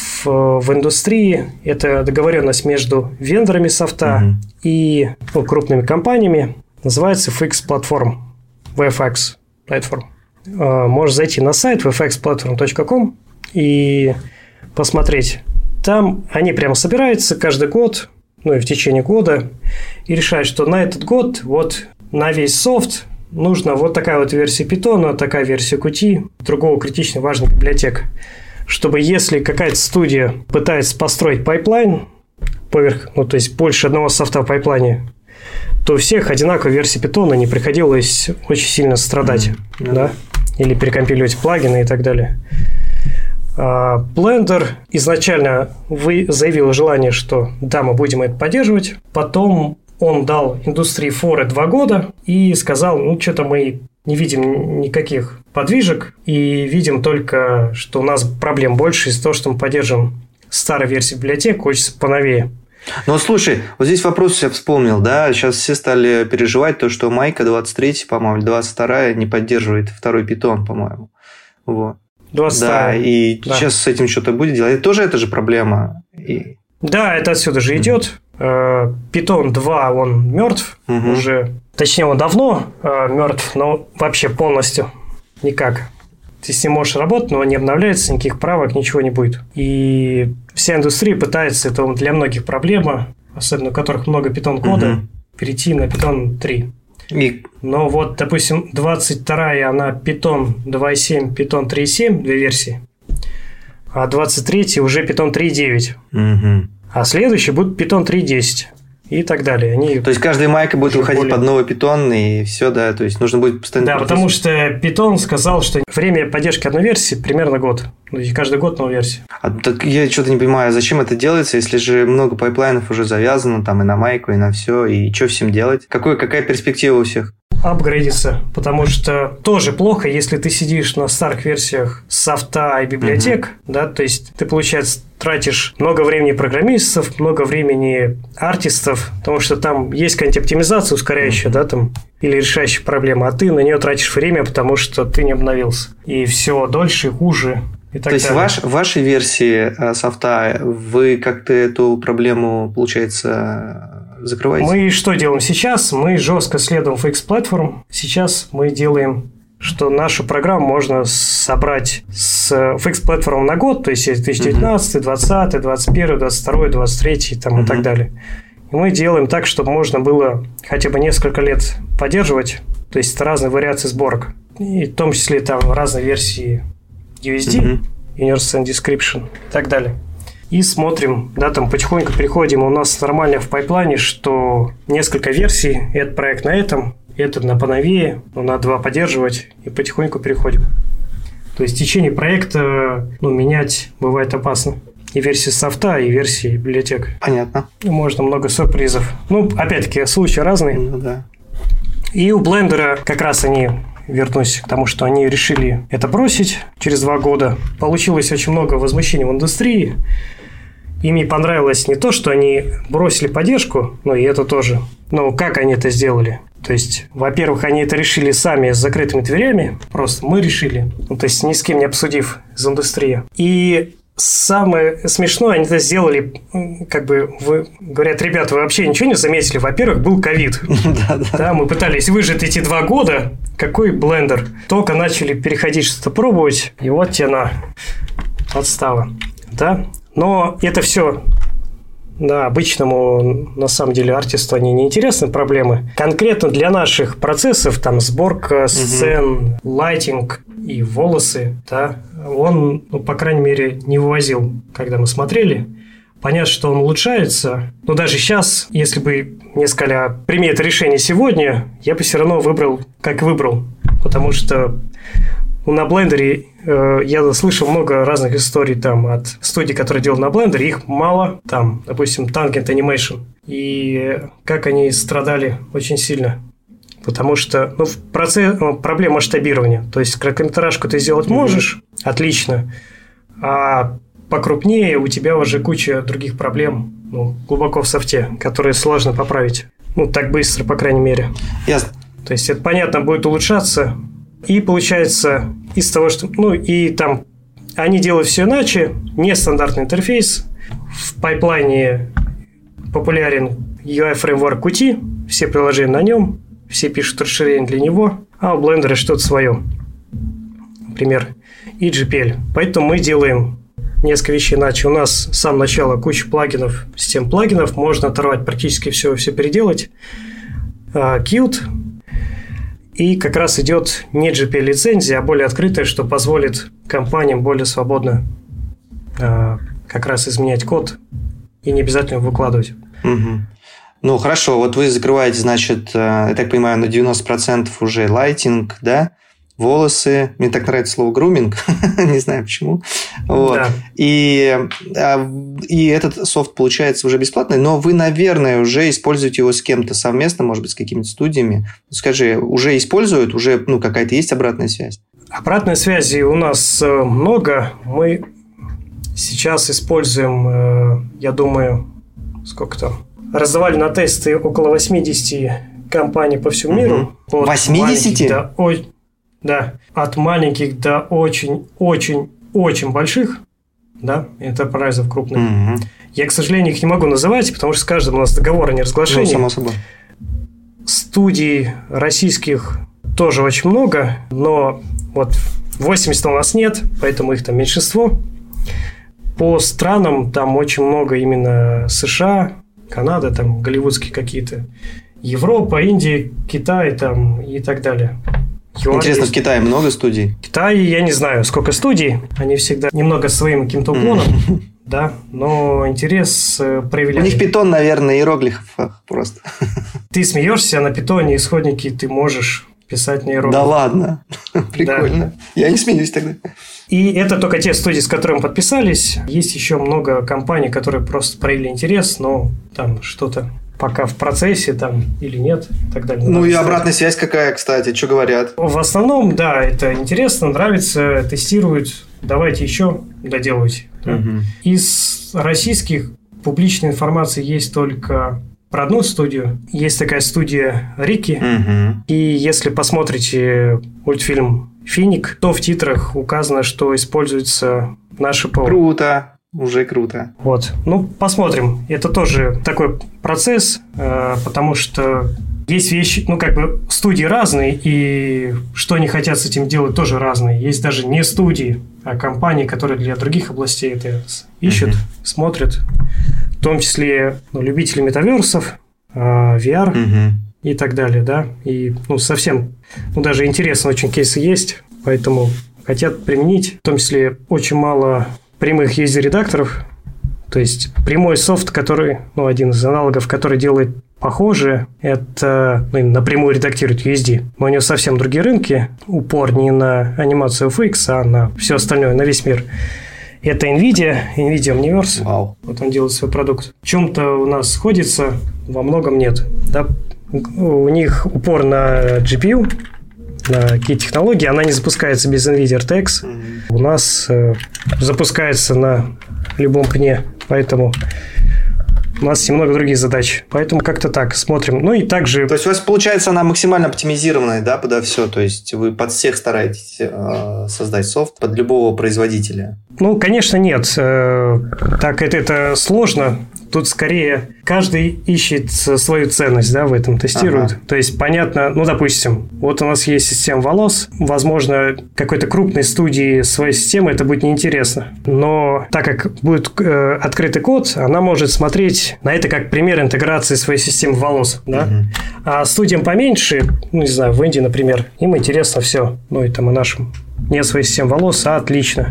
в индустрии. Это договоренность между вендорами софта и крупными компаниями. Называется FX Platform. VFX Platform. Можешь зайти на сайт vfxplatform.com и посмотреть. Там они прямо собираются каждый год, и в течение года, и решают, что на этот год вот на весь софт нужна вот такая вот версия Python, такая версия Qt, другого критично важных библиотек. Чтобы если какая-то студия пытается построить пайплайн поверх, то есть больше одного софта в пайплайне, то у всех одинаковая версия Python, не приходилось очень сильно страдать, да? Или перекомпиливать плагины и так далее. Blender изначально заявил желание, что да, мы будем это поддерживать. Потом он дал индустрии форы 2 года и сказал, что-то мы не видим никаких подвижек и видим только, что у нас проблем больше из-за того, что мы поддерживаем старые версии библиотек, хочется поновее. Ну, слушай, вот здесь вопрос я вспомнил, да, сейчас все стали переживать то, что Майка 23, по-моему, или 22 не поддерживает второй питон, по-моему. Вот. 22. Да, и сейчас с этим что-то будет делать. Это же проблема. Да, это отсюда же идет. Python 2, он мертв уже. Точнее, он давно мертв, но вообще полностью никак. Ты с ним можешь работать, но не обновляется, никаких правок, ничего не будет. И вся индустрия пытается, это для многих проблема, особенно у которых много Python кода, перейти на Python 3. Но вот, допустим, 22-я, она Python 2.7, Python 3.7, 2 версии, а 23-й уже Python 3.9. А следующий будет Python 3.10 и так далее. То есть, каждый майка будет выходить под новый Python, и все, да, то есть, нужно будет постоянно... Да, потому что Python сказал, что время поддержки одной версии примерно год. То есть, каждый год новая версия. Так я что-то не понимаю, зачем это делается, если же много пайплайнов уже завязано, там, и на майку, и на все, и что всем делать? Какая перспектива у всех? Апгрейдиться, потому что тоже плохо, если ты сидишь на старых версиях софта и библиотек, да, то есть ты, получается, тратишь много времени программистов, много времени артистов, потому что там есть какая-нибудь оптимизация ускоряющая, да, там, или решающая проблему, а ты на нее тратишь время, потому что ты не обновился. И все дольше, хуже. И так далее. То есть в вашей версии софта вы как-то эту проблему, получается, закрываете? Мы что делаем сейчас? Мы жестко следуем FX-платформ. Сейчас мы делаем, что нашу программу можно собрать с FX-платформ на год, то есть 2019, 2020, 2021, 2022, 2023 там, и так далее. И мы делаем так, чтобы можно было хотя бы несколько лет поддерживать, то есть разные вариации сборок. И в том числе там разные версии USD, Universal Description и так далее. И смотрим, да, там потихоньку переходим. У нас нормально в пайплайне, что несколько версий, этот проект на этом, этот на поновее, но надо 2 поддерживать, и потихоньку переходим. То есть в течение проекта менять бывает опасно. И версии софта, и версии библиотек. Понятно. Можно много сюрпризов. Опять-таки, случаи разные. Да. И у Blender как раз они... Вернусь к тому, что они решили это бросить через 2 года. Получилось очень много возмущений в индустрии. Им не понравилось не то, что они бросили поддержку, но и это тоже. Но как они это сделали? То есть, во-первых, они это решили сами с закрытыми дверями. Просто мы решили. То есть, ни с кем не обсудив из индустрии. И самое смешное, они это сделали, говорят, ребята, вы вообще ничего не заметили? Во-первых, был ковид. Да, мы пытались выжить эти 2 года. Какой Blender? Только начали переходить что-то пробовать, и вот тебе на подстава. Да? Но это все, да, обычному, на самом деле, артисту они не интересны проблемы. Конкретно для наших процессов, там, сборка сцен, лайтинг и волосы, да, он, по крайней мере, не вывозил, когда мы смотрели. Понятно, что он улучшается, но даже сейчас, если бы мне сказали, прими это решение сегодня, я бы все равно выбрал, как выбрал, потому что на Blender я слышал много разных историй там от студий, которые делают на Blender, их мало, там, допустим, Tangent Animation, и как они страдали очень сильно. Потому что проблема масштабирования. То есть, короткометражку ты сделать можешь, отлично, а покрупнее у тебя уже куча других проблем, глубоко в софте, которые сложно поправить. Так быстро, по крайней мере. Ясно. То есть, это, понятно, будет улучшаться. И получается, из того, что... и там они делают все иначе. Нестандартный интерфейс. В пайплайне популярен UI-фреймворк Qt. Все приложения на нем. Все пишут расширение для него. А у Blender что-то свое. Например, и GPL. Поэтому мы делаем несколько вещей иначе. У нас с самого начала куча плагинов, систем плагинов. Можно оторвать практически все переделать. Qt. И как раз идет не GPL-лицензия, а более открытая, что позволит компаниям более свободно как раз изменять код и не обязательно выкладывать. Хорошо, вот вы закрываете, значит, я так понимаю, на 90% уже лайтинг, да? волосы. Мне так нравится слово груминг. Не знаю почему. Вот. Да. И этот софт получается уже бесплатный, но вы, наверное, уже используете его с кем-то совместно, может быть, с какими-то студиями. Скажи, уже используют? Уже какая-то есть обратная связь? Обратной связи у нас много. Мы сейчас используем, я думаю, сколько там? Раздавали на тесты около 80 компаний по всему миру. 80? Да, от маленьких до очень-очень-очень больших, да, энтерпрайзов крупных. Я, к сожалению, их не могу называть, потому что с каждым у нас договор о неразглашении. Само собой. Студий российских тоже очень много, но вот 80 у нас нет, поэтому их там меньшинство. По странам там очень много именно США, Канада, там голливудские какие-то, Европа, Индия, Китай там и так далее. Интересно, в Китае много студий? В Китае я не знаю, сколько студий. Они всегда немного своим каким-то уклоном, да, но интерес проявляют. У них питон, наверное, иероглифов просто. Ты смеешься, а на питоне исходники ты можешь писать на иероглифах. Да ладно? Прикольно. Да. Я не смеюсь тогда. И это только те студии, с которыми подписались. Есть еще много компаний, которые просто проявили интерес, но там что-то пока в процессе там или нет и так далее. Ну и обратная связь какая, кстати, что говорят? В основном, да, это интересно, нравится, тестируют, давайте еще доделывать. Да. Из российских публичной информации есть только про одну студию. Есть такая студия Рики. И если посмотрите мультфильм «Финик», то в титрах указано, что используется наше ПО. Круто. Уже круто. Вот. Ну, посмотрим. Это тоже такой процесс, потому что есть вещи, студии разные, и что они хотят с этим делать, тоже разные. Есть даже не студии, а компании, которые для других областей это ищут, смотрят. В том числе любители метаверсов, VR и так далее, да. И совсем, даже интересные очень кейсы есть, поэтому хотят применить. В том числе очень мало прямых USD-редакторов, то есть прямой софт, который, один из аналогов, который делает похожее, это напрямую редактирует USD. Но у него совсем другие рынки, упор не на анимацию FX, а на все остальное, на весь мир. Это NVIDIA Omniverse. Вау. Вот он делает свой продукт. В чем-то у нас сходится, во многом нет. Да? У них упор на GPU, на какие технологии, она не запускается без NVIDIA RTX. У нас запускается на любом пне, поэтому у нас немного других задач. Поэтому как-то так смотрим. Ну и также... То есть у вас, получается, она максимально оптимизированная, да, подо все? То есть вы под всех стараетесь создать софт, под любого производителя? Ну, конечно, нет. Так это сложно. Тут скорее каждый ищет свою ценность, да, в этом тестирует. То есть, понятно, допустим, вот у нас есть система волос. Возможно, какой-то крупной студии своей системы это будет неинтересно. Но так как будет открытый код, она может смотреть на это как пример интеграции своей системы волос. Да? А студиям поменьше, не знаю, в Индии, например, им интересно все. И там и нашим. Нет своей системы волос, отлично.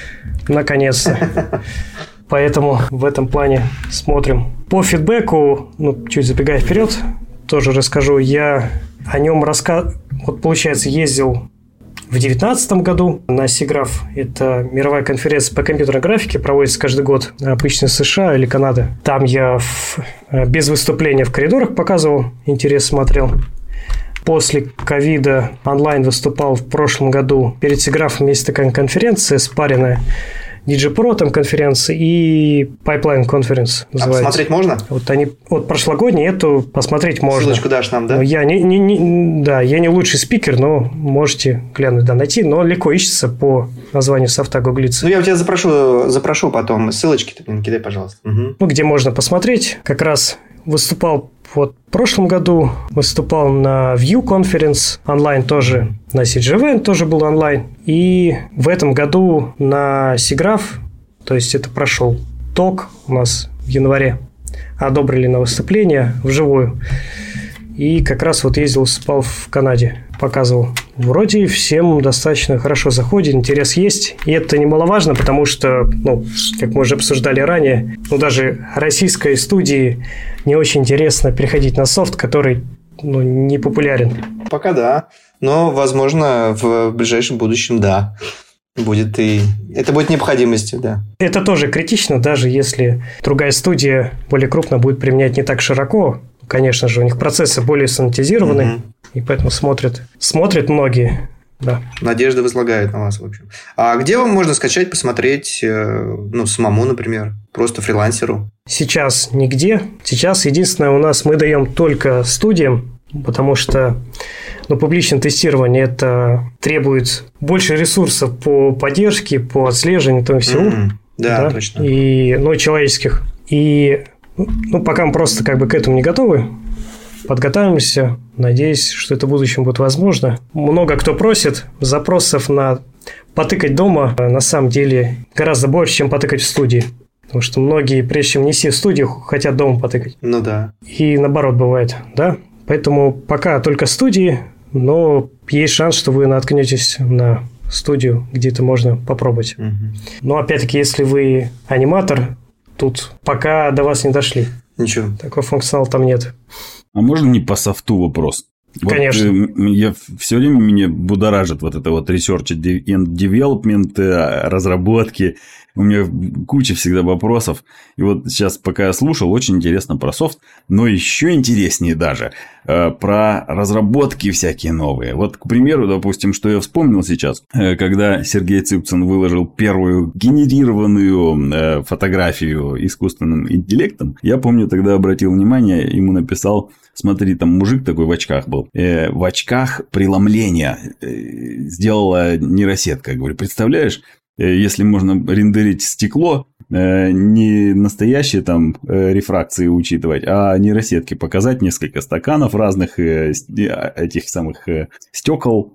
Наконец-то. Поэтому в этом плане смотрим. По фидбэку, чуть забегая вперед, тоже расскажу. Я о нем Вот, получается, ездил в 2019 году на SIGGRAPH. Это мировая конференция по компьютерной графике, проводится каждый год, обычно в США или Канада. Там я без выступления в коридорах показывал, интерес смотрел. После ковида онлайн выступал в прошлом году. Перед SIGGRAPH есть такая конференция спаренная. DigiPro там конференция и Pipeline Conference называется. А посмотреть можно? Вот прошлогодний эту посмотреть можно. Ссылочку дашь нам, да? Я не лучший спикер, но можете глянуть, найти, но легко ищется по названию софта гуглится. Я у тебя запрошу потом ссылочки, ты мне кидай, пожалуйста. Где можно посмотреть. Как раз выступал в прошлом году, выступал на Vue Conference онлайн тоже, на CGEvent тоже был онлайн. И в этом году на SIGGRAPH, то есть это прошел ток у нас в январе, одобрили на выступление вживую. И как раз ездил, выступал в Канаде, показывал. Вроде всем достаточно хорошо заходит, интерес есть. И это немаловажно, потому что, как мы уже обсуждали ранее, даже российской студии не очень интересно переходить на софт, который не популярен. Пока да. Но, возможно, в ближайшем будущем, да, будет и... Это будет необходимостью, да. Это тоже критично, даже если другая студия более крупно будет применять не так широко. Конечно же, у них процессы более санитизированы, и поэтому смотрят многие. Да. Надежда возлагает на вас, в общем. А где вам можно скачать, посмотреть, самому, например, просто фрилансеру? Сейчас нигде. Сейчас единственное, у нас мы даем только студиям, потому что публичное тестирование это требует больше ресурсов по поддержке, по отслеживанию того всего. Да, точно. И человеческих. И пока мы просто к этому не готовы. Подготовимся. Надеюсь, что это в будущем будет возможно. Много кто просит. Запросов на потыкать дома на самом деле гораздо больше, чем потыкать в студии. Потому что многие, прежде чем нести в студию, хотят дома потыкать. Ну да. И наоборот бывает, да? Поэтому пока только студии, но есть шанс, что вы наткнетесь на студию, где это можно попробовать. Но опять-таки, если вы аниматор, тут пока до вас не дошли. Ничего. Такого функционала там нет. А можно не по софту вопрос? Конечно. Я все время меня будоражит вот это вот research and development, разработки. У меня куча всегда вопросов. И вот сейчас, пока я слушал, очень интересно про софт, но еще интереснее даже про разработки всякие новые. Вот, к примеру, допустим, что я вспомнил сейчас, когда Сергей Цыпцин выложил первую генерированную фотографию искусственным интеллектом, я помню, тогда обратил внимание, ему написал: смотри, там мужик такой в очках был. В очках преломление сделала нейросетка. Я говорю, представляешь, если можно рендерить стекло, не настоящие там рефракции учитывать, а нейросетки показать несколько стаканов разных этих самых стекол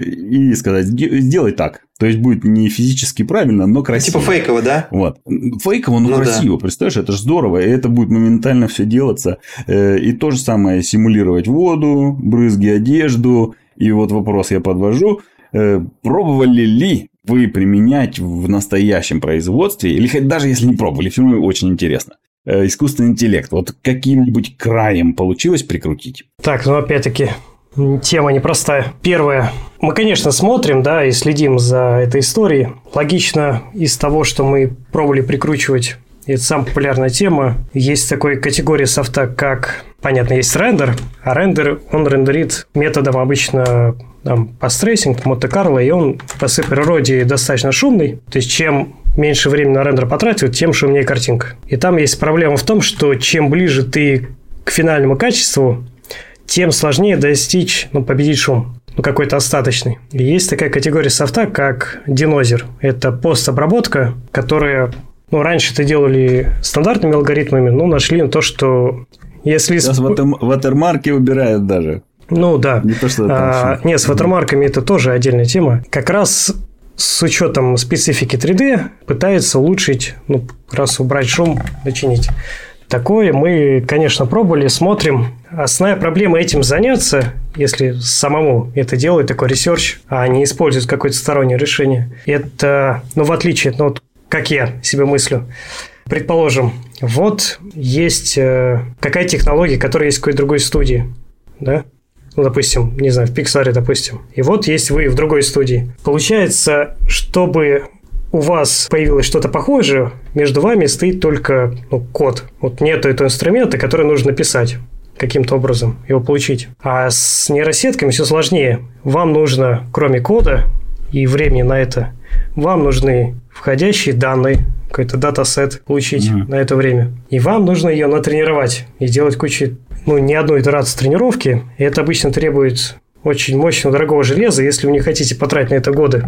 и сказать, сделай так. То есть будет не физически правильно, но красиво. Типа фейково, да? Вот. Фейково, но красиво. Да. Представляешь, это же здорово. И это будет моментально все делаться. И то же самое симулировать воду, брызги, одежду. И вот вопрос я подвожу. Пробовали ли вы применять в настоящем производстве, или хоть даже если не пробовали, все равно очень интересно, искусственный интеллект, вот каким-нибудь краем получилось прикрутить? Так, опять-таки, тема непростая. Первое. Мы, конечно, смотрим, да, и следим за этой историей. Логично из того, что мы пробовали прикручивать, это самая популярная тема. Есть такая категория софта, как, понятно, есть рендер, а рендер, он рендерит методом обычно пострессинг, Монте-Карло, и он по своей природе достаточно шумный. То есть, чем меньше времени на рендер потратил, тем шумнее картинка. И там есть проблема в том, что чем ближе ты к финальному качеству, тем сложнее достичь, победить шум, какой-то остаточный. И есть такая категория софта, как денозер. Это постобработка, которая, раньше это делали стандартными алгоритмами, нашли то, что если... Сейчас ватермарки убирают даже. Да. Не то, что нет, с ватермарками это тоже отдельная тема. Как раз с учетом специфики 3D пытается улучшить, раз убрать шум, дочинить. Такое мы, конечно, пробовали, смотрим. Основная проблема этим заняться, если самому это делать, такой ресерч, а не использовать какое-то стороннее решение, это, в отличие, как я себе мыслю, предположим, вот есть какая технология, которая есть в какой-то другой студии, да? Допустим, не знаю, в Pixar, допустим. И вот есть вы в другой студии. Получается, чтобы у вас появилось что-то похожее, между вами стоит только код. Вот нету этого инструмента, который нужно написать каким-то образом, его получить. А с нейросетками все сложнее. Вам нужно, кроме кода и времени на это, вам нужны входящие данные, какой-то датасет получить на это время. И вам нужно ее натренировать и делать кучу, не одну итерацию тренировки. И это обычно требует очень мощного, дорогого железа, если вы не хотите потратить на это годы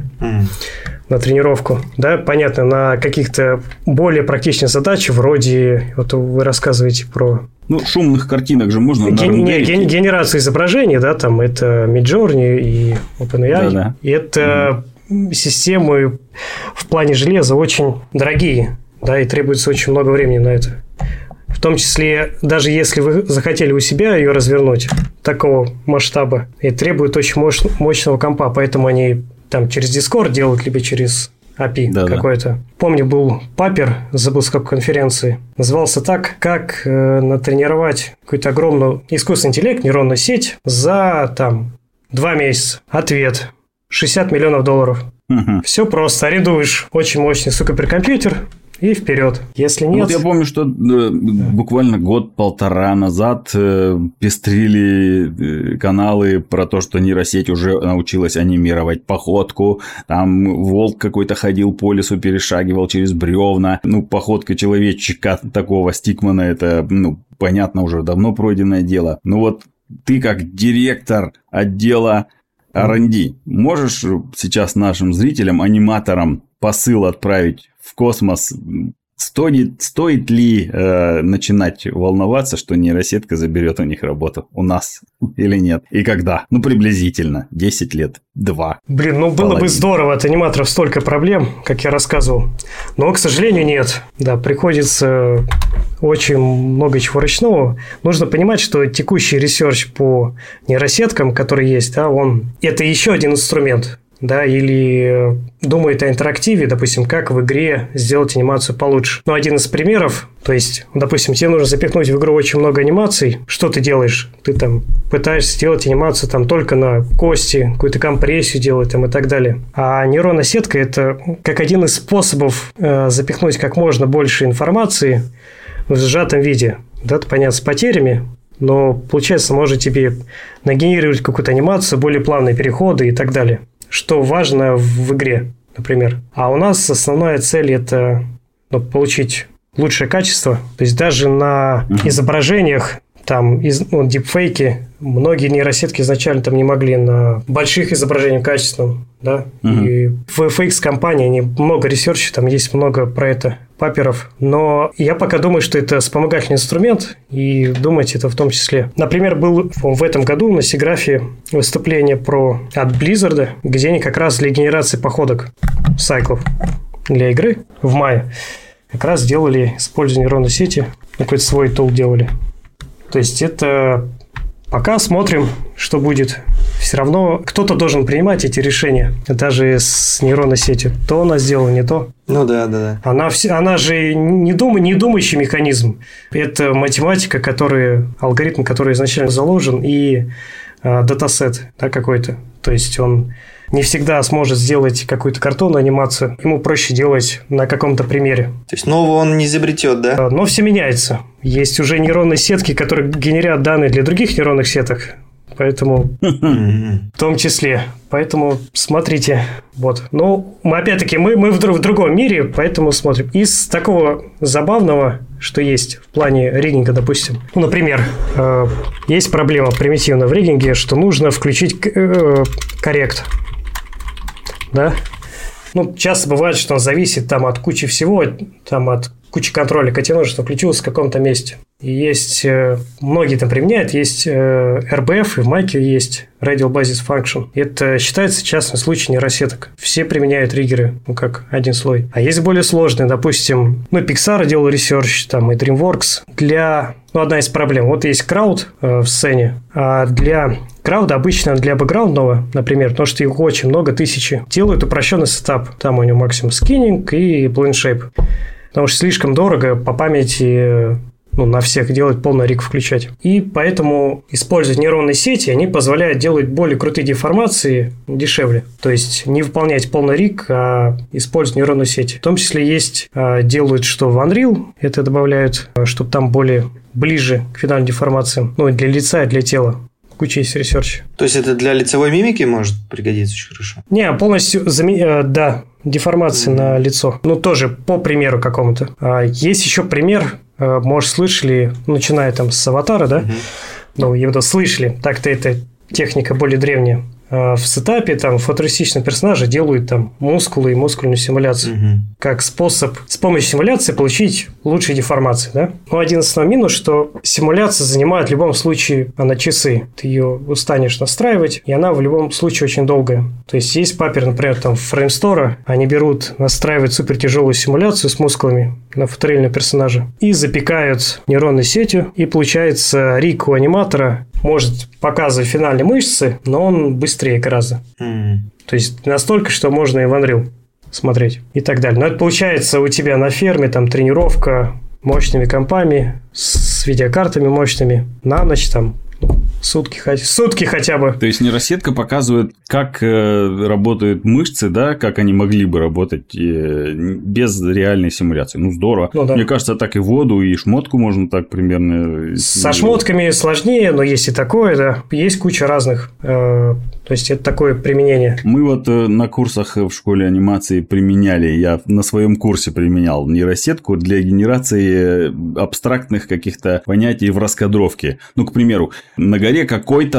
на тренировку. Да, понятно, на каких-то более практичных задачах, вроде, вот вы рассказываете про... шумных картинок же можно генерацию изображений, да, там это Midjourney и OpenAI. Да. И это системы в плане железа очень дорогие, да, и требуется очень много времени на это. В том числе, даже если вы захотели у себя ее развернуть такого масштаба, это требует очень мощного компа, поэтому они там через Discord делают, либо через API какой-то. Помню, был папер, забыл с какой конференции, назывался так, как натренировать какую-то огромную искусственный интеллект, нейронную сеть за 2 месяца. Ответ. $60 миллионов. Все просто. Арендуешь очень мощный суперкомпьютер и вперед. Если нет... Вот я помню, что буквально год-полтора назад пестрили каналы про то, что нейросеть уже научилась анимировать походку. Там волк какой-то ходил по лесу, перешагивал через бревна. Походка человечка такого Стикмана, это, понятно, уже давно пройденное дело. Вот ты как директор отдела R&D можешь сейчас нашим зрителям, аниматорам посыл отправить в космос? Стоит ли начинать волноваться, что нейросетка заберет у них работу? У нас или нет? И когда? Приблизительно. 10 лет. 2. Было бы здорово. От аниматоров столько проблем, как я рассказывал. Но, к сожалению, нет. Да, приходится очень много чего ручного. Нужно понимать, что текущий ресерч по нейросеткам, который есть, да, это еще один инструмент. Да, или думает о интерактиве, допустим, как в игре сделать анимацию получше. Один из примеров, то есть, допустим, тебе нужно запихнуть в игру очень много анимаций. Что ты делаешь? Ты там пытаешься сделать анимацию только на кости, какую-то компрессию делать и так далее. А нейронная сетка – это как один из способов запихнуть как можно больше информации в сжатом виде. Да, это понятно, с потерями. Но, получается, может тебе нагенерировать какую-то анимацию, более плавные переходы и так далее. Что важно в игре, например. А у нас основная цель – это получить лучшее качество. То есть, даже на изображениях, дипфейки, многие нейросетки изначально не могли на больших изображениях качественном. Да? И VFX-компании, они много ресерча, там есть много про это паперов. Но я пока думаю, что это вспомогательный инструмент, и думать это в том числе. Например, был в этом году на Сиграфе выступление от Blizzard, где они как раз для генерации походок, сайклов для игры в мае как раз делали, используя нейронные сети, какой-то свой тул делали. То есть, это пока смотрим, что будет. Все равно кто-то должен принимать эти решения, даже с нейронной сетью. То она сделала, не то. Да. Она же не думающий механизм. Это математика, алгоритм, который изначально заложен, и датасет какой-то. То есть, он не всегда сможет сделать какую-то картонную анимацию. Ему проще делать на каком-то примере. То есть, нового он не изобретет, да? Но все меняется. Есть уже нейронные сетки, которые генерят данные для других нейронных сеток. Поэтому в том числе. Поэтому смотрите. Опять-таки, мы в другом мире, поэтому смотрим. Из такого забавного, что есть в плане риггинга, допустим. Например, есть проблема примитивно в риггинге, что нужно включить коррект. Да? Часто бывает, что он зависит от кучи всего, от кучи контролика. Тебе нужно, чтобы включилось в каком-то месте. И есть, многие применяют, есть RBF, и в Майке есть Radial Basis Function. Это считается частный случай нейросеток. Все применяют триггеры, как один слой. А есть более сложные, допустим, Pixar делал ресерч, и DreamWorks. Одна из проблем. Есть крауд в сцене, а для крауда обычно для бэкграундного, например, потому что их очень много, тысячи, делают упрощенный сетап. Там у него максимум скиннинг и blend shape. Потому что слишком дорого по памяти на всех делать полный риг включать. И поэтому использовать нейронные сети, они позволяют делать более крутые деформации дешевле. То есть, не выполнять полный риг, а использовать нейронные сети. В том числе делают, что в Unreal это добавляют, чтобы там более ближе к финальным деформациям. Для лица и для тела. Куча есть ресерч. То есть, это для лицевой мимики может пригодиться очень хорошо? Не, полностью деформация на лицо. Тоже по примеру какому-то. Есть еще пример, может, слышали, начиная с аватара, да? Слышали. Так-то это техника более древняя. В сетапе футуристичные персонажи делают мускулы и мускульную симуляцию. Как способ с помощью симуляции получить лучшие деформации. Да? Один основной минус, что симуляция занимает в любом случае часы. Ты ее устанешь настраивать, и она в любом случае очень долгая. То есть папер, например, в Framestore, они настраивают супертяжелую симуляцию с мускулами на футурильного персонажа и запекают нейронной сетью, и получается риг у аниматора может показывать финальные мышцы, но он быстрее гораздо. То есть, настолько, что можно и в Unreal смотреть и так далее. Но это получается у тебя на ферме тренировка мощными компами, с видеокартами мощными, на ночь Сутки хотя бы. То есть нейросетка показывает, как работают мышцы, да, как они могли бы работать без реальной симуляции. Ну, здорово. Ну, да. Мне кажется, так и воду, и шмотку можно так примерно... Со шмотками сложнее, но есть и такое, да. Есть куча разных. То есть, это такое применение. Мы вот на курсах в школе анимации применяли, я на своем курсе применял нейросетку для генерации абстрактных каких-то понятий в раскадровке. Ну, к примеру, на горе какой-то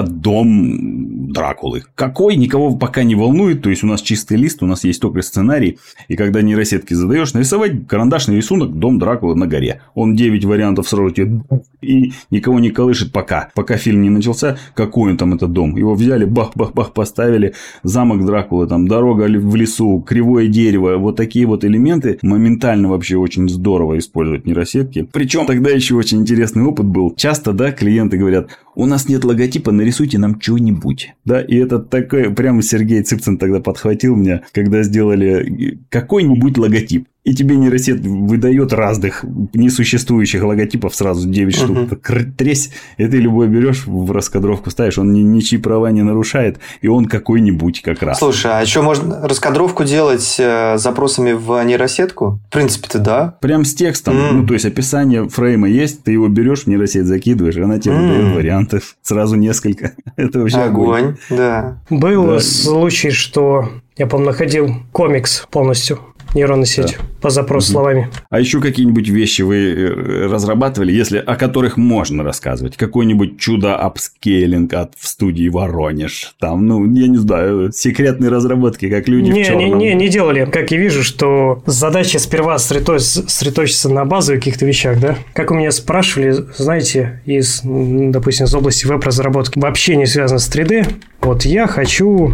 дом Дракулы. Какой, никого пока не волнует. То есть, у нас чистый лист, у нас есть только сценарий. И когда нейросетке задаешь, нарисовать карандашный рисунок дом Дракулы на горе. Он 9 вариантов сразу тебе и никого не колышет пока. Пока фильм не начался, какой он там этот дом. Его взяли, бах-бах-бах поставили. Замок Дракулы, там дорога в лесу, кривое дерево. Вот такие вот элементы моментально вообще очень здорово использовать нейросетки. Причем тогда еще очень интересный опыт был. Часто, да, клиенты говорят: у нас нет логотипа, нарисуйте нам что-нибудь. Да, и это такой, прямо Сергей Цыпцин тогда подхватил меня, когда сделали какой-нибудь логотип. И тебе нейросеть выдает разных несуществующих логотипов сразу 9 штук. Тресь, и ты любой берешь, в раскадровку ставишь, он ничьи права не нарушает, и он какой-нибудь как раз. Слушай, а что, можно раскадровку делать запросами в нейросетку? В принципе-то да. Прям с текстом. Ну, то есть, описание фрейма есть, ты его берешь, в нейросеть закидываешь, и она тебе выдает вариантов. Сразу несколько. Это вообще огонь. Да. Был случай, что я, по-моему, находил комикс полностью. Нейронной сетью, по запросу словами. А еще какие-нибудь вещи вы разрабатывали, если о которых можно рассказывать? Какой-нибудь чудо-апскейлинг в студии Воронеж? Там, ну, я не знаю, секретные разработки, как люди в черном. Не делали. Как я вижу, что задача сперва сосредоточиться на базовых каких-то вещах, да? Как у меня спрашивали, знаете, допустим, из области веб-разработки, вообще не связано с 3D. Вот я хочу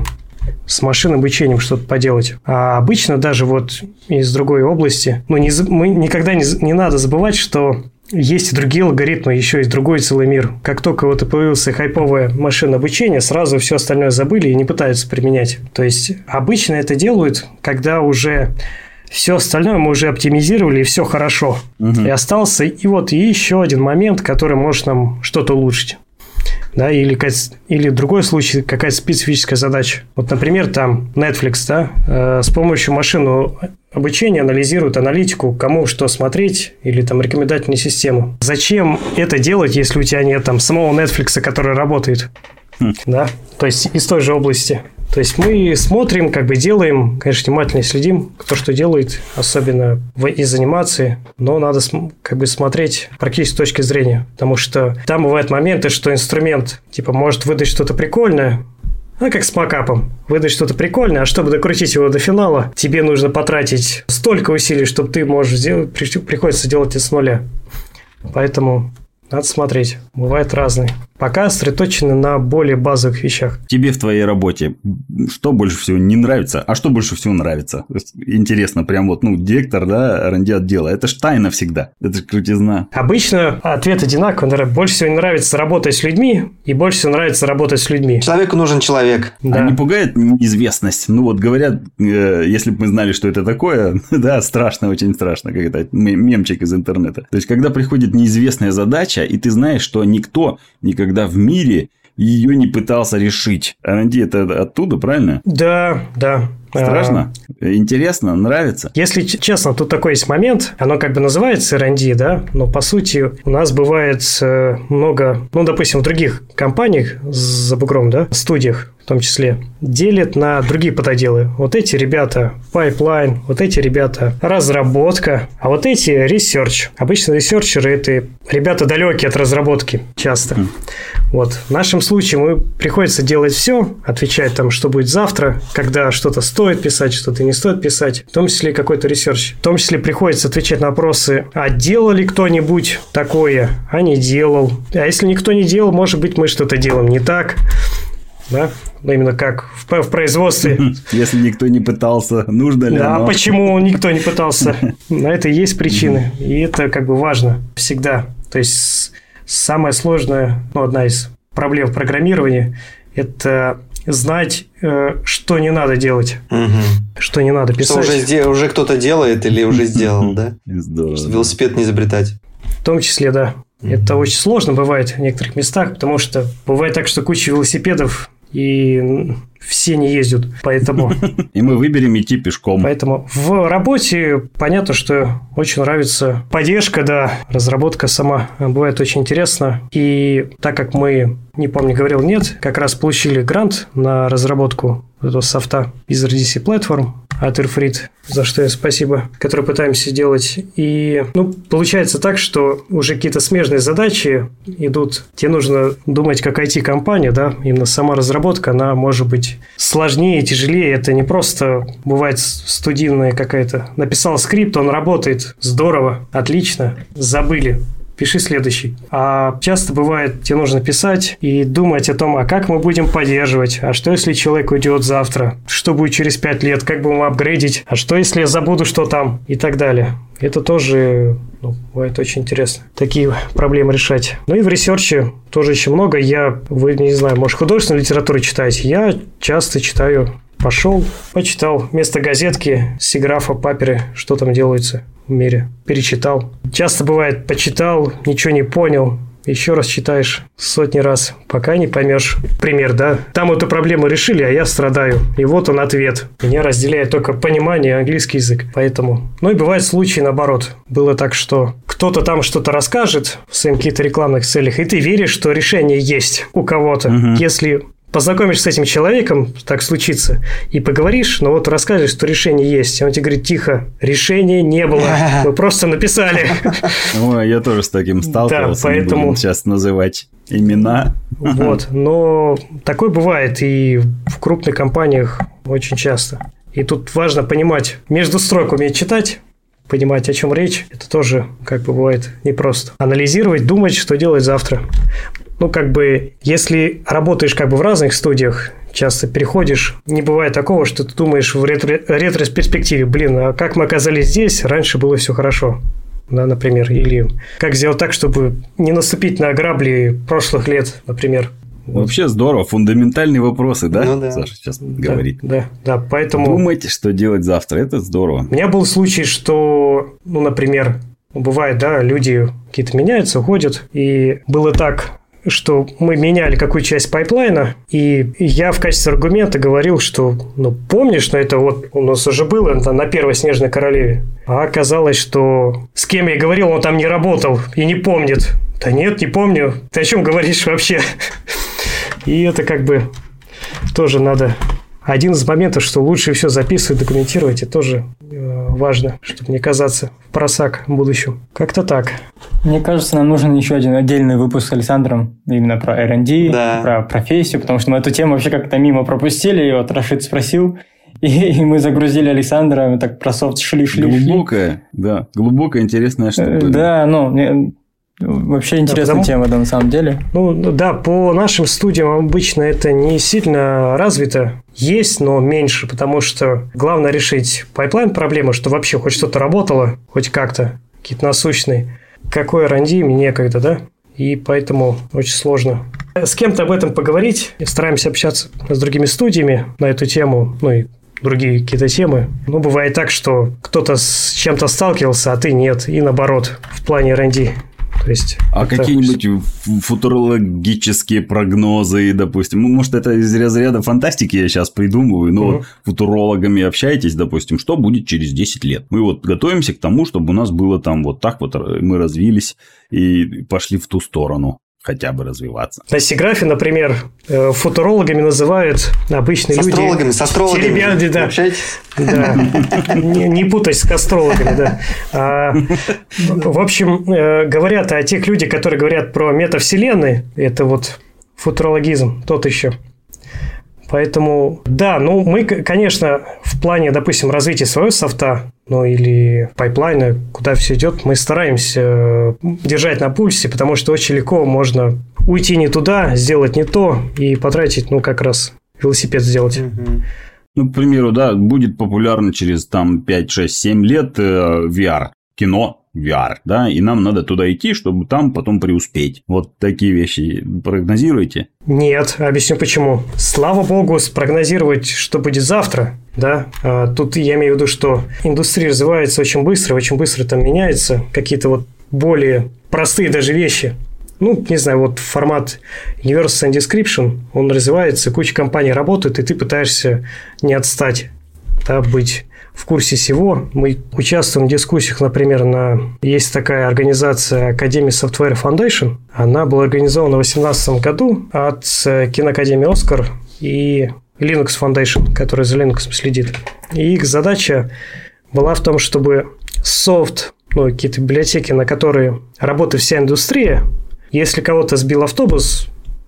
с машинным обучением что-то поделать. А обычно даже вот из другой области, мы никогда не надо забывать, что есть и другие алгоритмы, еще есть другой целый мир. Как только вот и появилось хайповое машинное обучение, сразу все остальное забыли и не пытаются применять. То есть, обычно это делают, когда уже все остальное мы уже оптимизировали, и все хорошо. И остался и вот еще один момент, который может нам что-то улучшить. Да, или в другой случай какая-то специфическая задача. Вот, например, там Netflix, да, с помощью машинного обучения анализирует аналитику, кому что смотреть, или там рекомендательную систему. Зачем это делать, если у тебя нет там самого Netflix, который работает? Да, то есть из той же области. То есть мы смотрим, как бы делаем, конечно, внимательно следим, кто что делает, особенно из анимации, но надо как бы смотреть практически с точки зрения, потому что там бывают моменты, что инструмент типа может выдать что-то прикольное, как с макапом, выдать что-то прикольное, а чтобы докрутить его до финала, тебе нужно потратить столько усилий, чтобы ты можешь сделать, приходится делать это с нуля. Поэтому надо смотреть, бывает разные. Пока сосредоточены на более базовых вещах. Тебе в твоей работе что больше всего не нравится, а что больше всего нравится? Интересно, прям вот, директор, да, R&D отдела. Это ж тайна всегда, это ж крутизна. Обычно ответ одинаковый. Больше всего нравится работать с людьми, и больше всего нравится работать с людьми. Человеку нужен человек. Да. А не пугает неизвестность? Ну, вот говорят, если бы мы знали, что это такое, да, страшно, очень страшно, как это мемчик из интернета. То есть, когда приходит неизвестная задача, и ты знаешь, что никто никогда в мире ее не пытался решить. R&D это оттуда, правильно? Да. Страшно? Интересно? Нравится? Если честно, тут такой есть момент. Оно как бы называется R&D, да? Но по сути у нас бывает много, допустим, в других компаниях за бугром, да, студиях в том числе, делят на другие подотделы. Вот эти ребята pipeline, вот эти ребята разработка, а вот эти research. Обычно ресерчеры – это ребята далекие от разработки часто. Вот. В нашем случае приходится делать все, отвечать там, что будет завтра, когда что-то стоит писать, что-то не стоит писать, в том числе какой-то ресерч. В том числе приходится отвечать на вопросы, а делал ли кто-нибудь такое, а не делал. А если никто не делал, может быть, мы что-то делаем не так. Да? Ну, именно как в производстве. Если никто не пытался, нужно ли оно? Да, почему никто не пытался? На это и есть причины. И это как бы важно всегда. То есть, самое сложное, одна из проблем в программировании – это знать, что не надо делать. Что не надо писать. Что уже кто-то делает или уже сделал, да? Здорово. Чтобы велосипед не изобретать. В том числе, да. Это очень сложно бывает в некоторых местах, потому что бывает так, что куча велосипедов, и все не ездят, поэтому... И мы выберем идти пешком. Поэтому в работе понятно, что очень нравится поддержка, да, разработка сама бывает очень интересно. И так как мы, не помню, говорил, нет, как раз получили грант на разработку этого софта из RDC Platform от Airfrit, за что им спасибо, который пытаемся делать. И, получается так, что уже какие-то смежные задачи идут. Тебе нужно думать, как IT-компания, да, именно сама разработка, она может быть сложнее, тяжелее. Это не просто бывает студийная какая-то. Написал скрипт, он работает, здорово, отлично, забыли. Пиши следующий. А часто бывает, тебе нужно писать и думать о том, а как мы будем поддерживать, а что, если человек уйдет завтра, что будет через 5 лет, как будем апгрейдить, а что, если я забуду, что там, и так далее. Это тоже бывает очень интересно, такие проблемы решать. И в ресерче тоже еще много. Вы не знаю, может, художественную литературу читаете? Я часто читаю. Пошел, почитал вместо газетки, сиграфа, паперы, что там делается в мире. Перечитал. Часто бывает, почитал, ничего не понял. Еще раз читаешь сотни раз, пока не поймешь. Пример, да? Там эту проблему решили, а я страдаю. И вот он ответ. Меня разделяет только понимание, английский язык. Поэтому. И бывают случаи наоборот. Было так, что кто-то там что-то расскажет в своих каких-то рекламных целях, и ты веришь, что решение есть у кого-то. Если познакомишься с этим человеком, так случится, и поговоришь, расскажешь, что решение есть. И он тебе говорит, тихо, решения не было, мы просто написали. Я тоже с таким сталкивался, да, поэтому... не будем сейчас называть имена. Но такое бывает и в крупных компаниях очень часто. И тут важно понимать, между строк уметь читать, понимать, о чем речь, это тоже, бывает непросто. Анализировать, думать, что делать завтра. Если работаешь в разных студиях, часто переходишь, не бывает такого, что ты думаешь в ретросперспективе, а как мы оказались здесь, раньше было все хорошо, да, например, или как сделать так, чтобы не наступить на грабли прошлых лет, например. Вообще здорово, фундаментальные вопросы, да? Да. Саша сейчас говорит. Да, поэтому... Думайте, что делать завтра, это здорово. У меня был случай, что, например, бывает, да, люди какие-то меняются, уходят, и было так... что мы меняли какую часть пайплайна, и я в качестве аргумента говорил, что, помнишь, это у нас уже было на первой Снежной Королеве, а оказалось, что с кем я говорил, он там не работал и не помнит. Да нет, не помню. Ты о чем говоришь вообще? И это тоже надо... Один из моментов, что лучше все записывать, документировать, это тоже важно, чтобы не казаться в просак в будущем. Как-то так. Мне кажется, нам нужен еще один отдельный выпуск с Александром именно про R&D, про профессию, потому что мы эту тему вообще как-то мимо пропустили, и Рашид спросил, и мы загрузили Александра, мы так про софт шли. Глубокая интересная штука. Да, вообще интересная тема, да, на самом деле. По нашим студиям обычно это не сильно развито. Есть, но меньше, потому что главное решить пайплайн проблемы, что вообще хоть что-то работало, хоть как-то, какие-то насущные. Какой R&D, мне некогда, да? И поэтому очень сложно. С кем-то об этом поговорить. Стараемся общаться с другими студиями на эту тему, и другие какие-то темы. Бывает так, что кто-то с чем-то сталкивался, а ты нет. И наоборот, в плане R&D. То есть, какие-нибудь футурологические прогнозы, допустим, может, это из разряда фантастики я сейчас придумываю, но футурологами общаетесь, допустим, что будет через 10 лет? Мы готовимся к тому, чтобы у нас было там так мы развились и пошли в ту сторону. Хотя бы развиваться. На Сиграфе, например, футурологами называют обычные люди. С астрологами. Да. Общаетесь? Да. Не путать с астрологами, да. В общем, говорят о тех людях, которые говорят про метавселенные. Это футурологизм, тот еще. Поэтому, да, мы, конечно, в плане, допустим, развития своего софта, или пайплайна, куда все идет, мы стараемся держать на пульсе, потому что очень легко можно уйти не туда, сделать не то и потратить, как раз велосипед сделать. К примеру, да, будет популярно через 5, 6, 7 лет VR, кино. VR, да, и нам надо туда идти, чтобы там потом преуспеть. Вот такие вещи прогнозируете? Нет, объясню почему. Слава богу, спрогнозировать, что будет завтра, да. Тут я имею в виду, что индустрия развивается очень быстро там меняется, какие-то более простые даже вещи. Ну, не знаю, вот формат Universal and Description, он развивается, куча компаний работает, и ты пытаешься не отстать, да, быть в курсе всего. Мы участвуем в дискуссиях, например, есть такая организация Academy Software Foundation. Она была организована в 2018 году от киноакадемии «Оскар» и Linux Foundation, который за Linux следит. И их задача была в том, чтобы софт, какие-то библиотеки, на которые работает вся индустрия, если кого-то сбил автобус,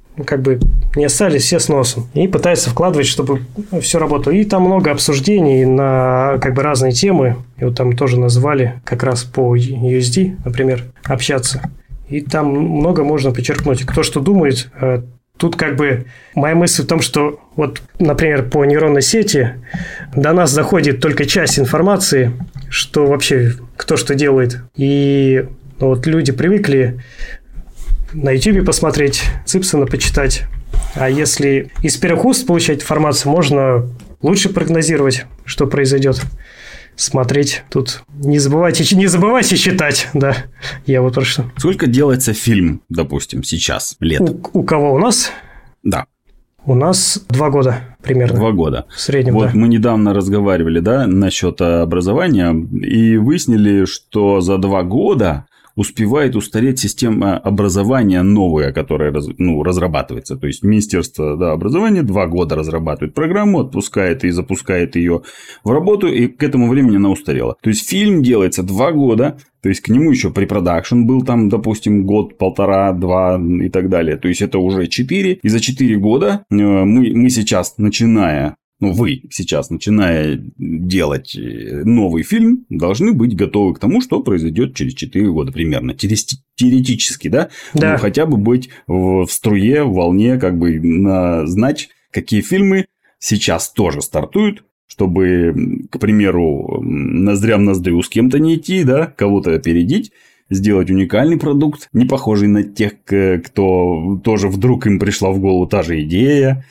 не остались все с носом. И пытаются вкладывать, чтобы все работало. И там много обсуждений на разные темы. И вот там тоже назвали как раз по USD, например, общаться. И там много можно подчеркнуть. Кто что думает. Тут моя мысль в том, что вот, например, по нейронной сети до нас доходит только часть информации, что вообще кто что делает. И вот люди привыкли на YouTube посмотреть, Ципсона почитать. А если из первых уст получать информацию, можно лучше прогнозировать, что произойдет. Смотреть. Тут не забывайте читать. Да, я вот про что. Сколько делается фильм, допустим, сейчас, лет? У кого? У нас? Да. У нас 2 года примерно. 2 года. В среднем, вот да. Мы недавно разговаривали, насчет образования, и выяснили, что за 2 года успевает устареть система образования новая, которая разрабатывается. То есть, Министерство образования 2 года разрабатывает программу, отпускает и запускает ее в работу, и к этому времени она устарела. То есть, фильм делается 2 года, то есть, к нему еще препродакшн был там, допустим, год, 1,5-2 и так далее. То есть, это уже 4. И за 4 года мы сейчас, вы сейчас, начиная делать новый фильм, должны быть готовы к тому, что произойдет через 4 года примерно. Теоретически, да? Да. Хотя бы быть в струе, в волне, знать, какие фильмы сейчас тоже стартуют, чтобы, к примеру, ноздря в ноздрю с кем-то не идти, да, кого-то опередить, сделать уникальный продукт, не похожий на тех, кто тоже вдруг им пришла в голову та же идея.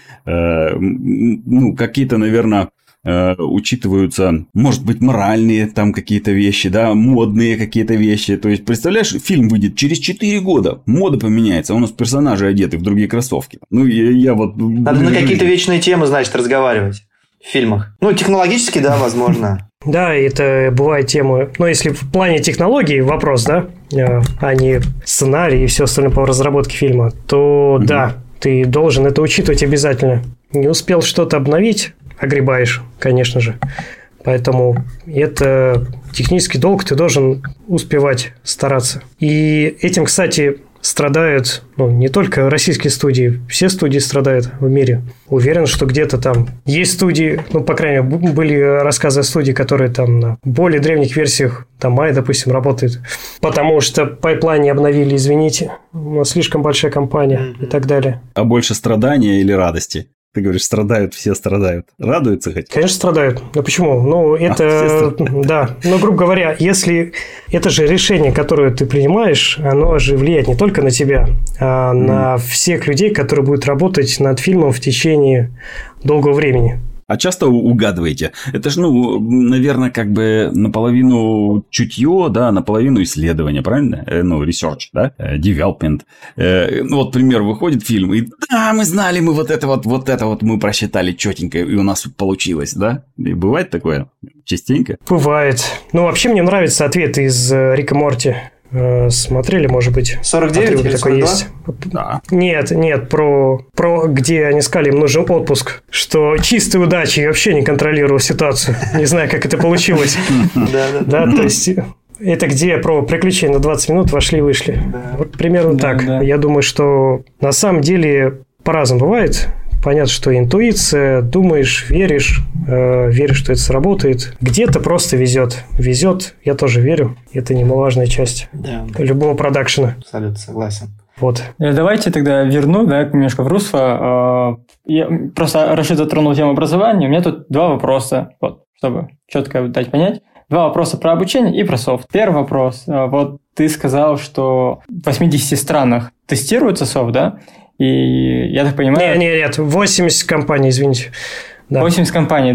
Какие-то, наверное, учитываются, может быть, моральные там какие-то вещи, да, модные какие-то вещи. То есть, представляешь, фильм выйдет через 4 года, мода поменяется, у нас персонажи одеты в другие кроссовки. Надо на какие-то вечные темы, значит, разговаривать в фильмах. Технологически, да, возможно. Да, это бывает темы. Но если в плане технологий вопрос, да, а не сценарий и все остальное по разработке фильма, то да, ты должен это учитывать обязательно. Не успел что-то обновить, огребаешь, конечно же. Поэтому это технический долг, ты должен успевать стараться. И этим, кстати, страдают не только российские студии, все студии страдают в мире. Уверен, что где-то там есть студии, по крайней мере, были рассказы о студии, которые там на более древних версиях, там Maya, допустим, работает, потому что пайплайн не обновили, извините, у нас слишком большая компания и так далее. А больше страдания или радости? Ты говоришь, страдают, все страдают. Радуются хоть? Конечно, страдают. Но почему? Это, да. Грубо говоря, если это же решение, которое ты принимаешь, оно же влияет не только на тебя, а на всех людей, которые будут работать над фильмом в течение долгого времени. А часто угадываете? Это же, наверное, наполовину чутье, да, наполовину исследование, правильно? Research, да, development. Пример, выходит фильм, и да, мы знали, мы вот это мы просчитали четенько, и у нас получилось, да? И бывает такое частенько? Бывает. Вообще мне нравится ответ из Рика Морти. Смотрели, может быть. 49 или 42? Есть. Да. Нет, про где они сказали, им нужен отпуск, что чистой удачи я вообще не контролировал ситуацию. Не знаю, как это получилось. Да, то есть это где про приключения на 20 минут вошли-вышли. Вот примерно так. Я думаю, что на самом деле по-разному бывает. Понятно, что интуиция, думаешь, веришь, что это сработает. Где-то просто везет. Везет, я тоже верю. Это немаловажная часть любого продакшена. Абсолютно согласен. Вот. Давайте тогда верну немножко в русло. Я просто Рашид затронул тему образования. У меня тут 2 вопроса, чтобы четко дать понять. 2 вопроса про обучение и про софт. Первый вопрос. Ты сказал, что в 80 странах тестируется софт, да? И я так понимаю... Нет, 80 компаний, извините. Да. 80 компаний, да.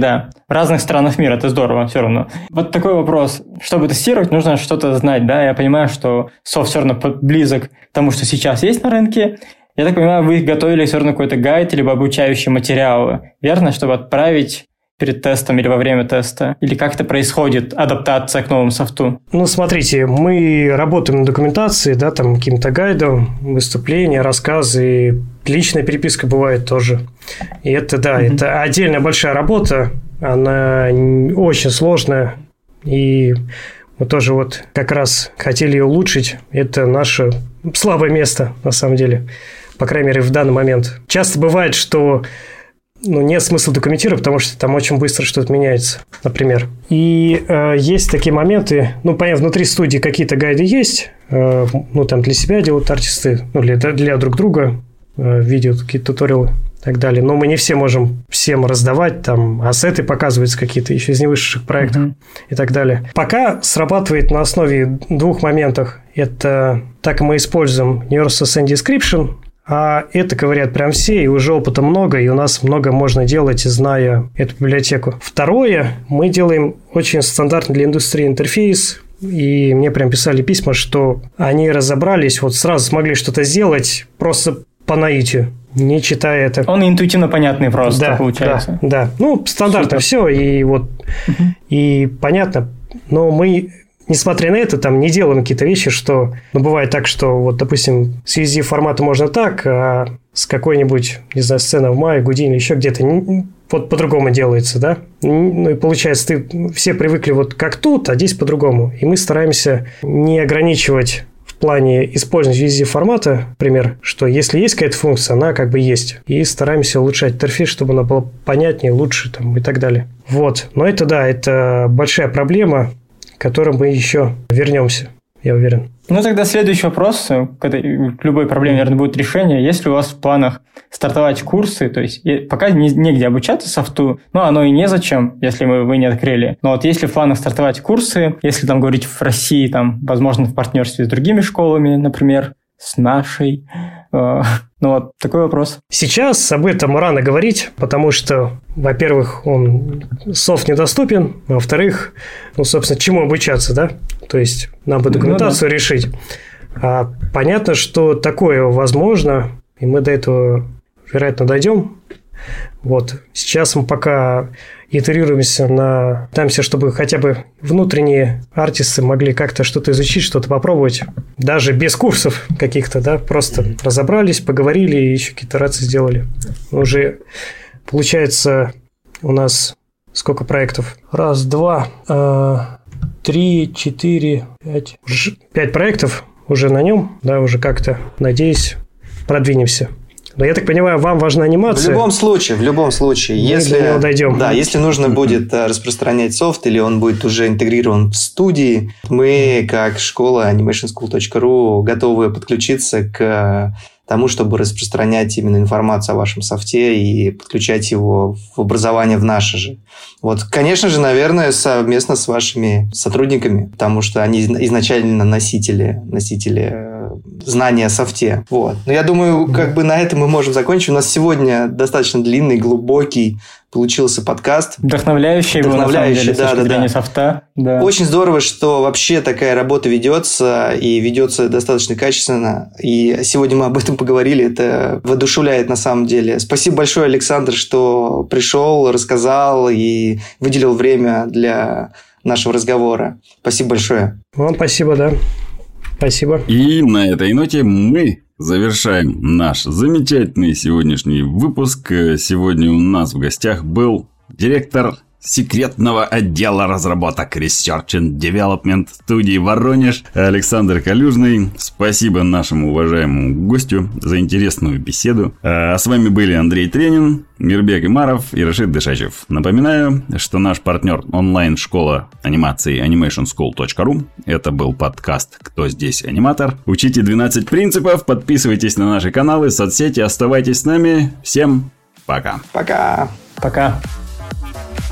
в разных странах мира. Это здорово все равно. Вот такой вопрос. Чтобы тестировать, нужно что-то знать, да? Я понимаю, что софт все равно близок к тому, что сейчас есть на рынке. Я так понимаю, вы готовили все равно какой-то гайд либо обучающие материалы, верно? Чтобы отправить перед тестом или во время теста? Или как это происходит, адаптация к новому софту? Ну, смотрите, мы работаем на документации, да, там каким-то гайдом, выступления, рассказы, личная переписка бывает тоже. И это, да, это отдельная большая работа, она очень сложная, и мы тоже вот как раз хотели ее улучшить. Это наше слабое место, на самом деле, по крайней мере, в данный момент. Часто бывает, что нет смысла документировать, потому что там очень быстро что-то меняется, например. И есть такие моменты, понятно, внутри студии какие-то гайды есть, там для себя делают артисты, для друг друга, видео, какие-то туториалы и так далее. Но мы не все можем всем раздавать, там, ассеты показываются какие-то еще из невышедших проектов и так далее. Пока срабатывает на основе двух моментов. Это так мы используем Universal Description, а это говорят прям все, и уже опыта много, и у нас много можно делать, зная эту библиотеку. Второе, мы делаем очень стандартный для индустрии интерфейс, и мне прям писали письма, что они разобрались, вот сразу смогли что-то сделать просто по наитию, не читая это. Он интуитивно понятный просто, получается. Да. Стандартно все, и вот, и понятно, но мы... Несмотря на это, там не делаем какие-то вещи, что... бывает так, что, вот, допустим, с USD формата можно так, а с какой-нибудь, не знаю, сцены в мае, Гудини, еще где-то вот по-другому делается, да? И получается, все привыкли вот как тут, а здесь по-другому. И мы стараемся не ограничивать в плане использования USD формата, например, что если есть какая-то функция, она как бы есть. И стараемся улучшать интерфейс, чтобы она была понятнее, лучше там, и так далее. Вот. Но это, да, это большая проблема, к которым мы еще вернемся, я уверен. Тогда следующий вопрос. К любой проблеме, наверное, будет решение. Если у вас в планах стартовать курсы, то есть пока негде обучаться софту, оно и незачем, если вы не открыли. Но вот если в планах стартовать курсы, если там говорить в России, там, возможно, в партнерстве с другими школами, например, с нашей. Вот такой вопрос. Сейчас об этом рано говорить, потому что, во-первых, софт недоступен, а во-вторых, собственно, чему обучаться, да? То есть, нам бы документацию решить. А понятно, что такое возможно, и мы до этого, вероятно, дойдем. Вот. Сейчас мы пока итерируемся пытаемся, чтобы хотя бы внутренние артисты могли как-то что-то изучить, что-то попробовать. Даже без курсов каких-то, да, просто разобрались, поговорили и еще какие-то итерации сделали. Уже получается у нас сколько проектов? 1, 2, 3, 4, 5. 5 проектов уже на нем, да, уже как-то, надеюсь, продвинемся. Но я так понимаю, вам важна анимация. В любом случае, если дойдем. Да, если нужно будет распространять софт или он будет уже интегрирован в студии, мы, как школа animationschool.ru, готовы подключиться к тому, чтобы распространять именно информацию о вашем софте и подключать его в образование в наше же. Вот, конечно же, наверное, совместно с вашими сотрудниками, потому что они изначально носители знания о софте. Вот. Но я думаю, на этом мы можем закончить. У нас сегодня достаточно длинный, глубокий получился подкаст. Вдохновляющий, на самом деле, с точки зрения софта. Да. Очень здорово, что вообще такая работа ведется, и ведется достаточно качественно. И сегодня мы об этом поговорили. Это воодушевляет на самом деле. Спасибо большое, Александр, что пришел, рассказал и выделил время для нашего разговора. Спасибо большое. Вам спасибо, да. Спасибо. И на этой ноте мы завершаем наш замечательный сегодняшний выпуск. Сегодня у нас в гостях был директор секретного отдела разработок Research and Development студии Воронеж Александр Калюжный. Спасибо нашему уважаемому гостю за интересную беседу. А с вами были Андрей Тренин, Мирбек Имаров и Рашид Дышачев. Напоминаю, что наш партнер онлайн-школа анимации animationschool.ru. Это был подкаст «Кто здесь аниматор?». Учите 12 принципов, подписывайтесь на наши каналы, соцсети, оставайтесь с нами. Всем пока. Пока. Пока.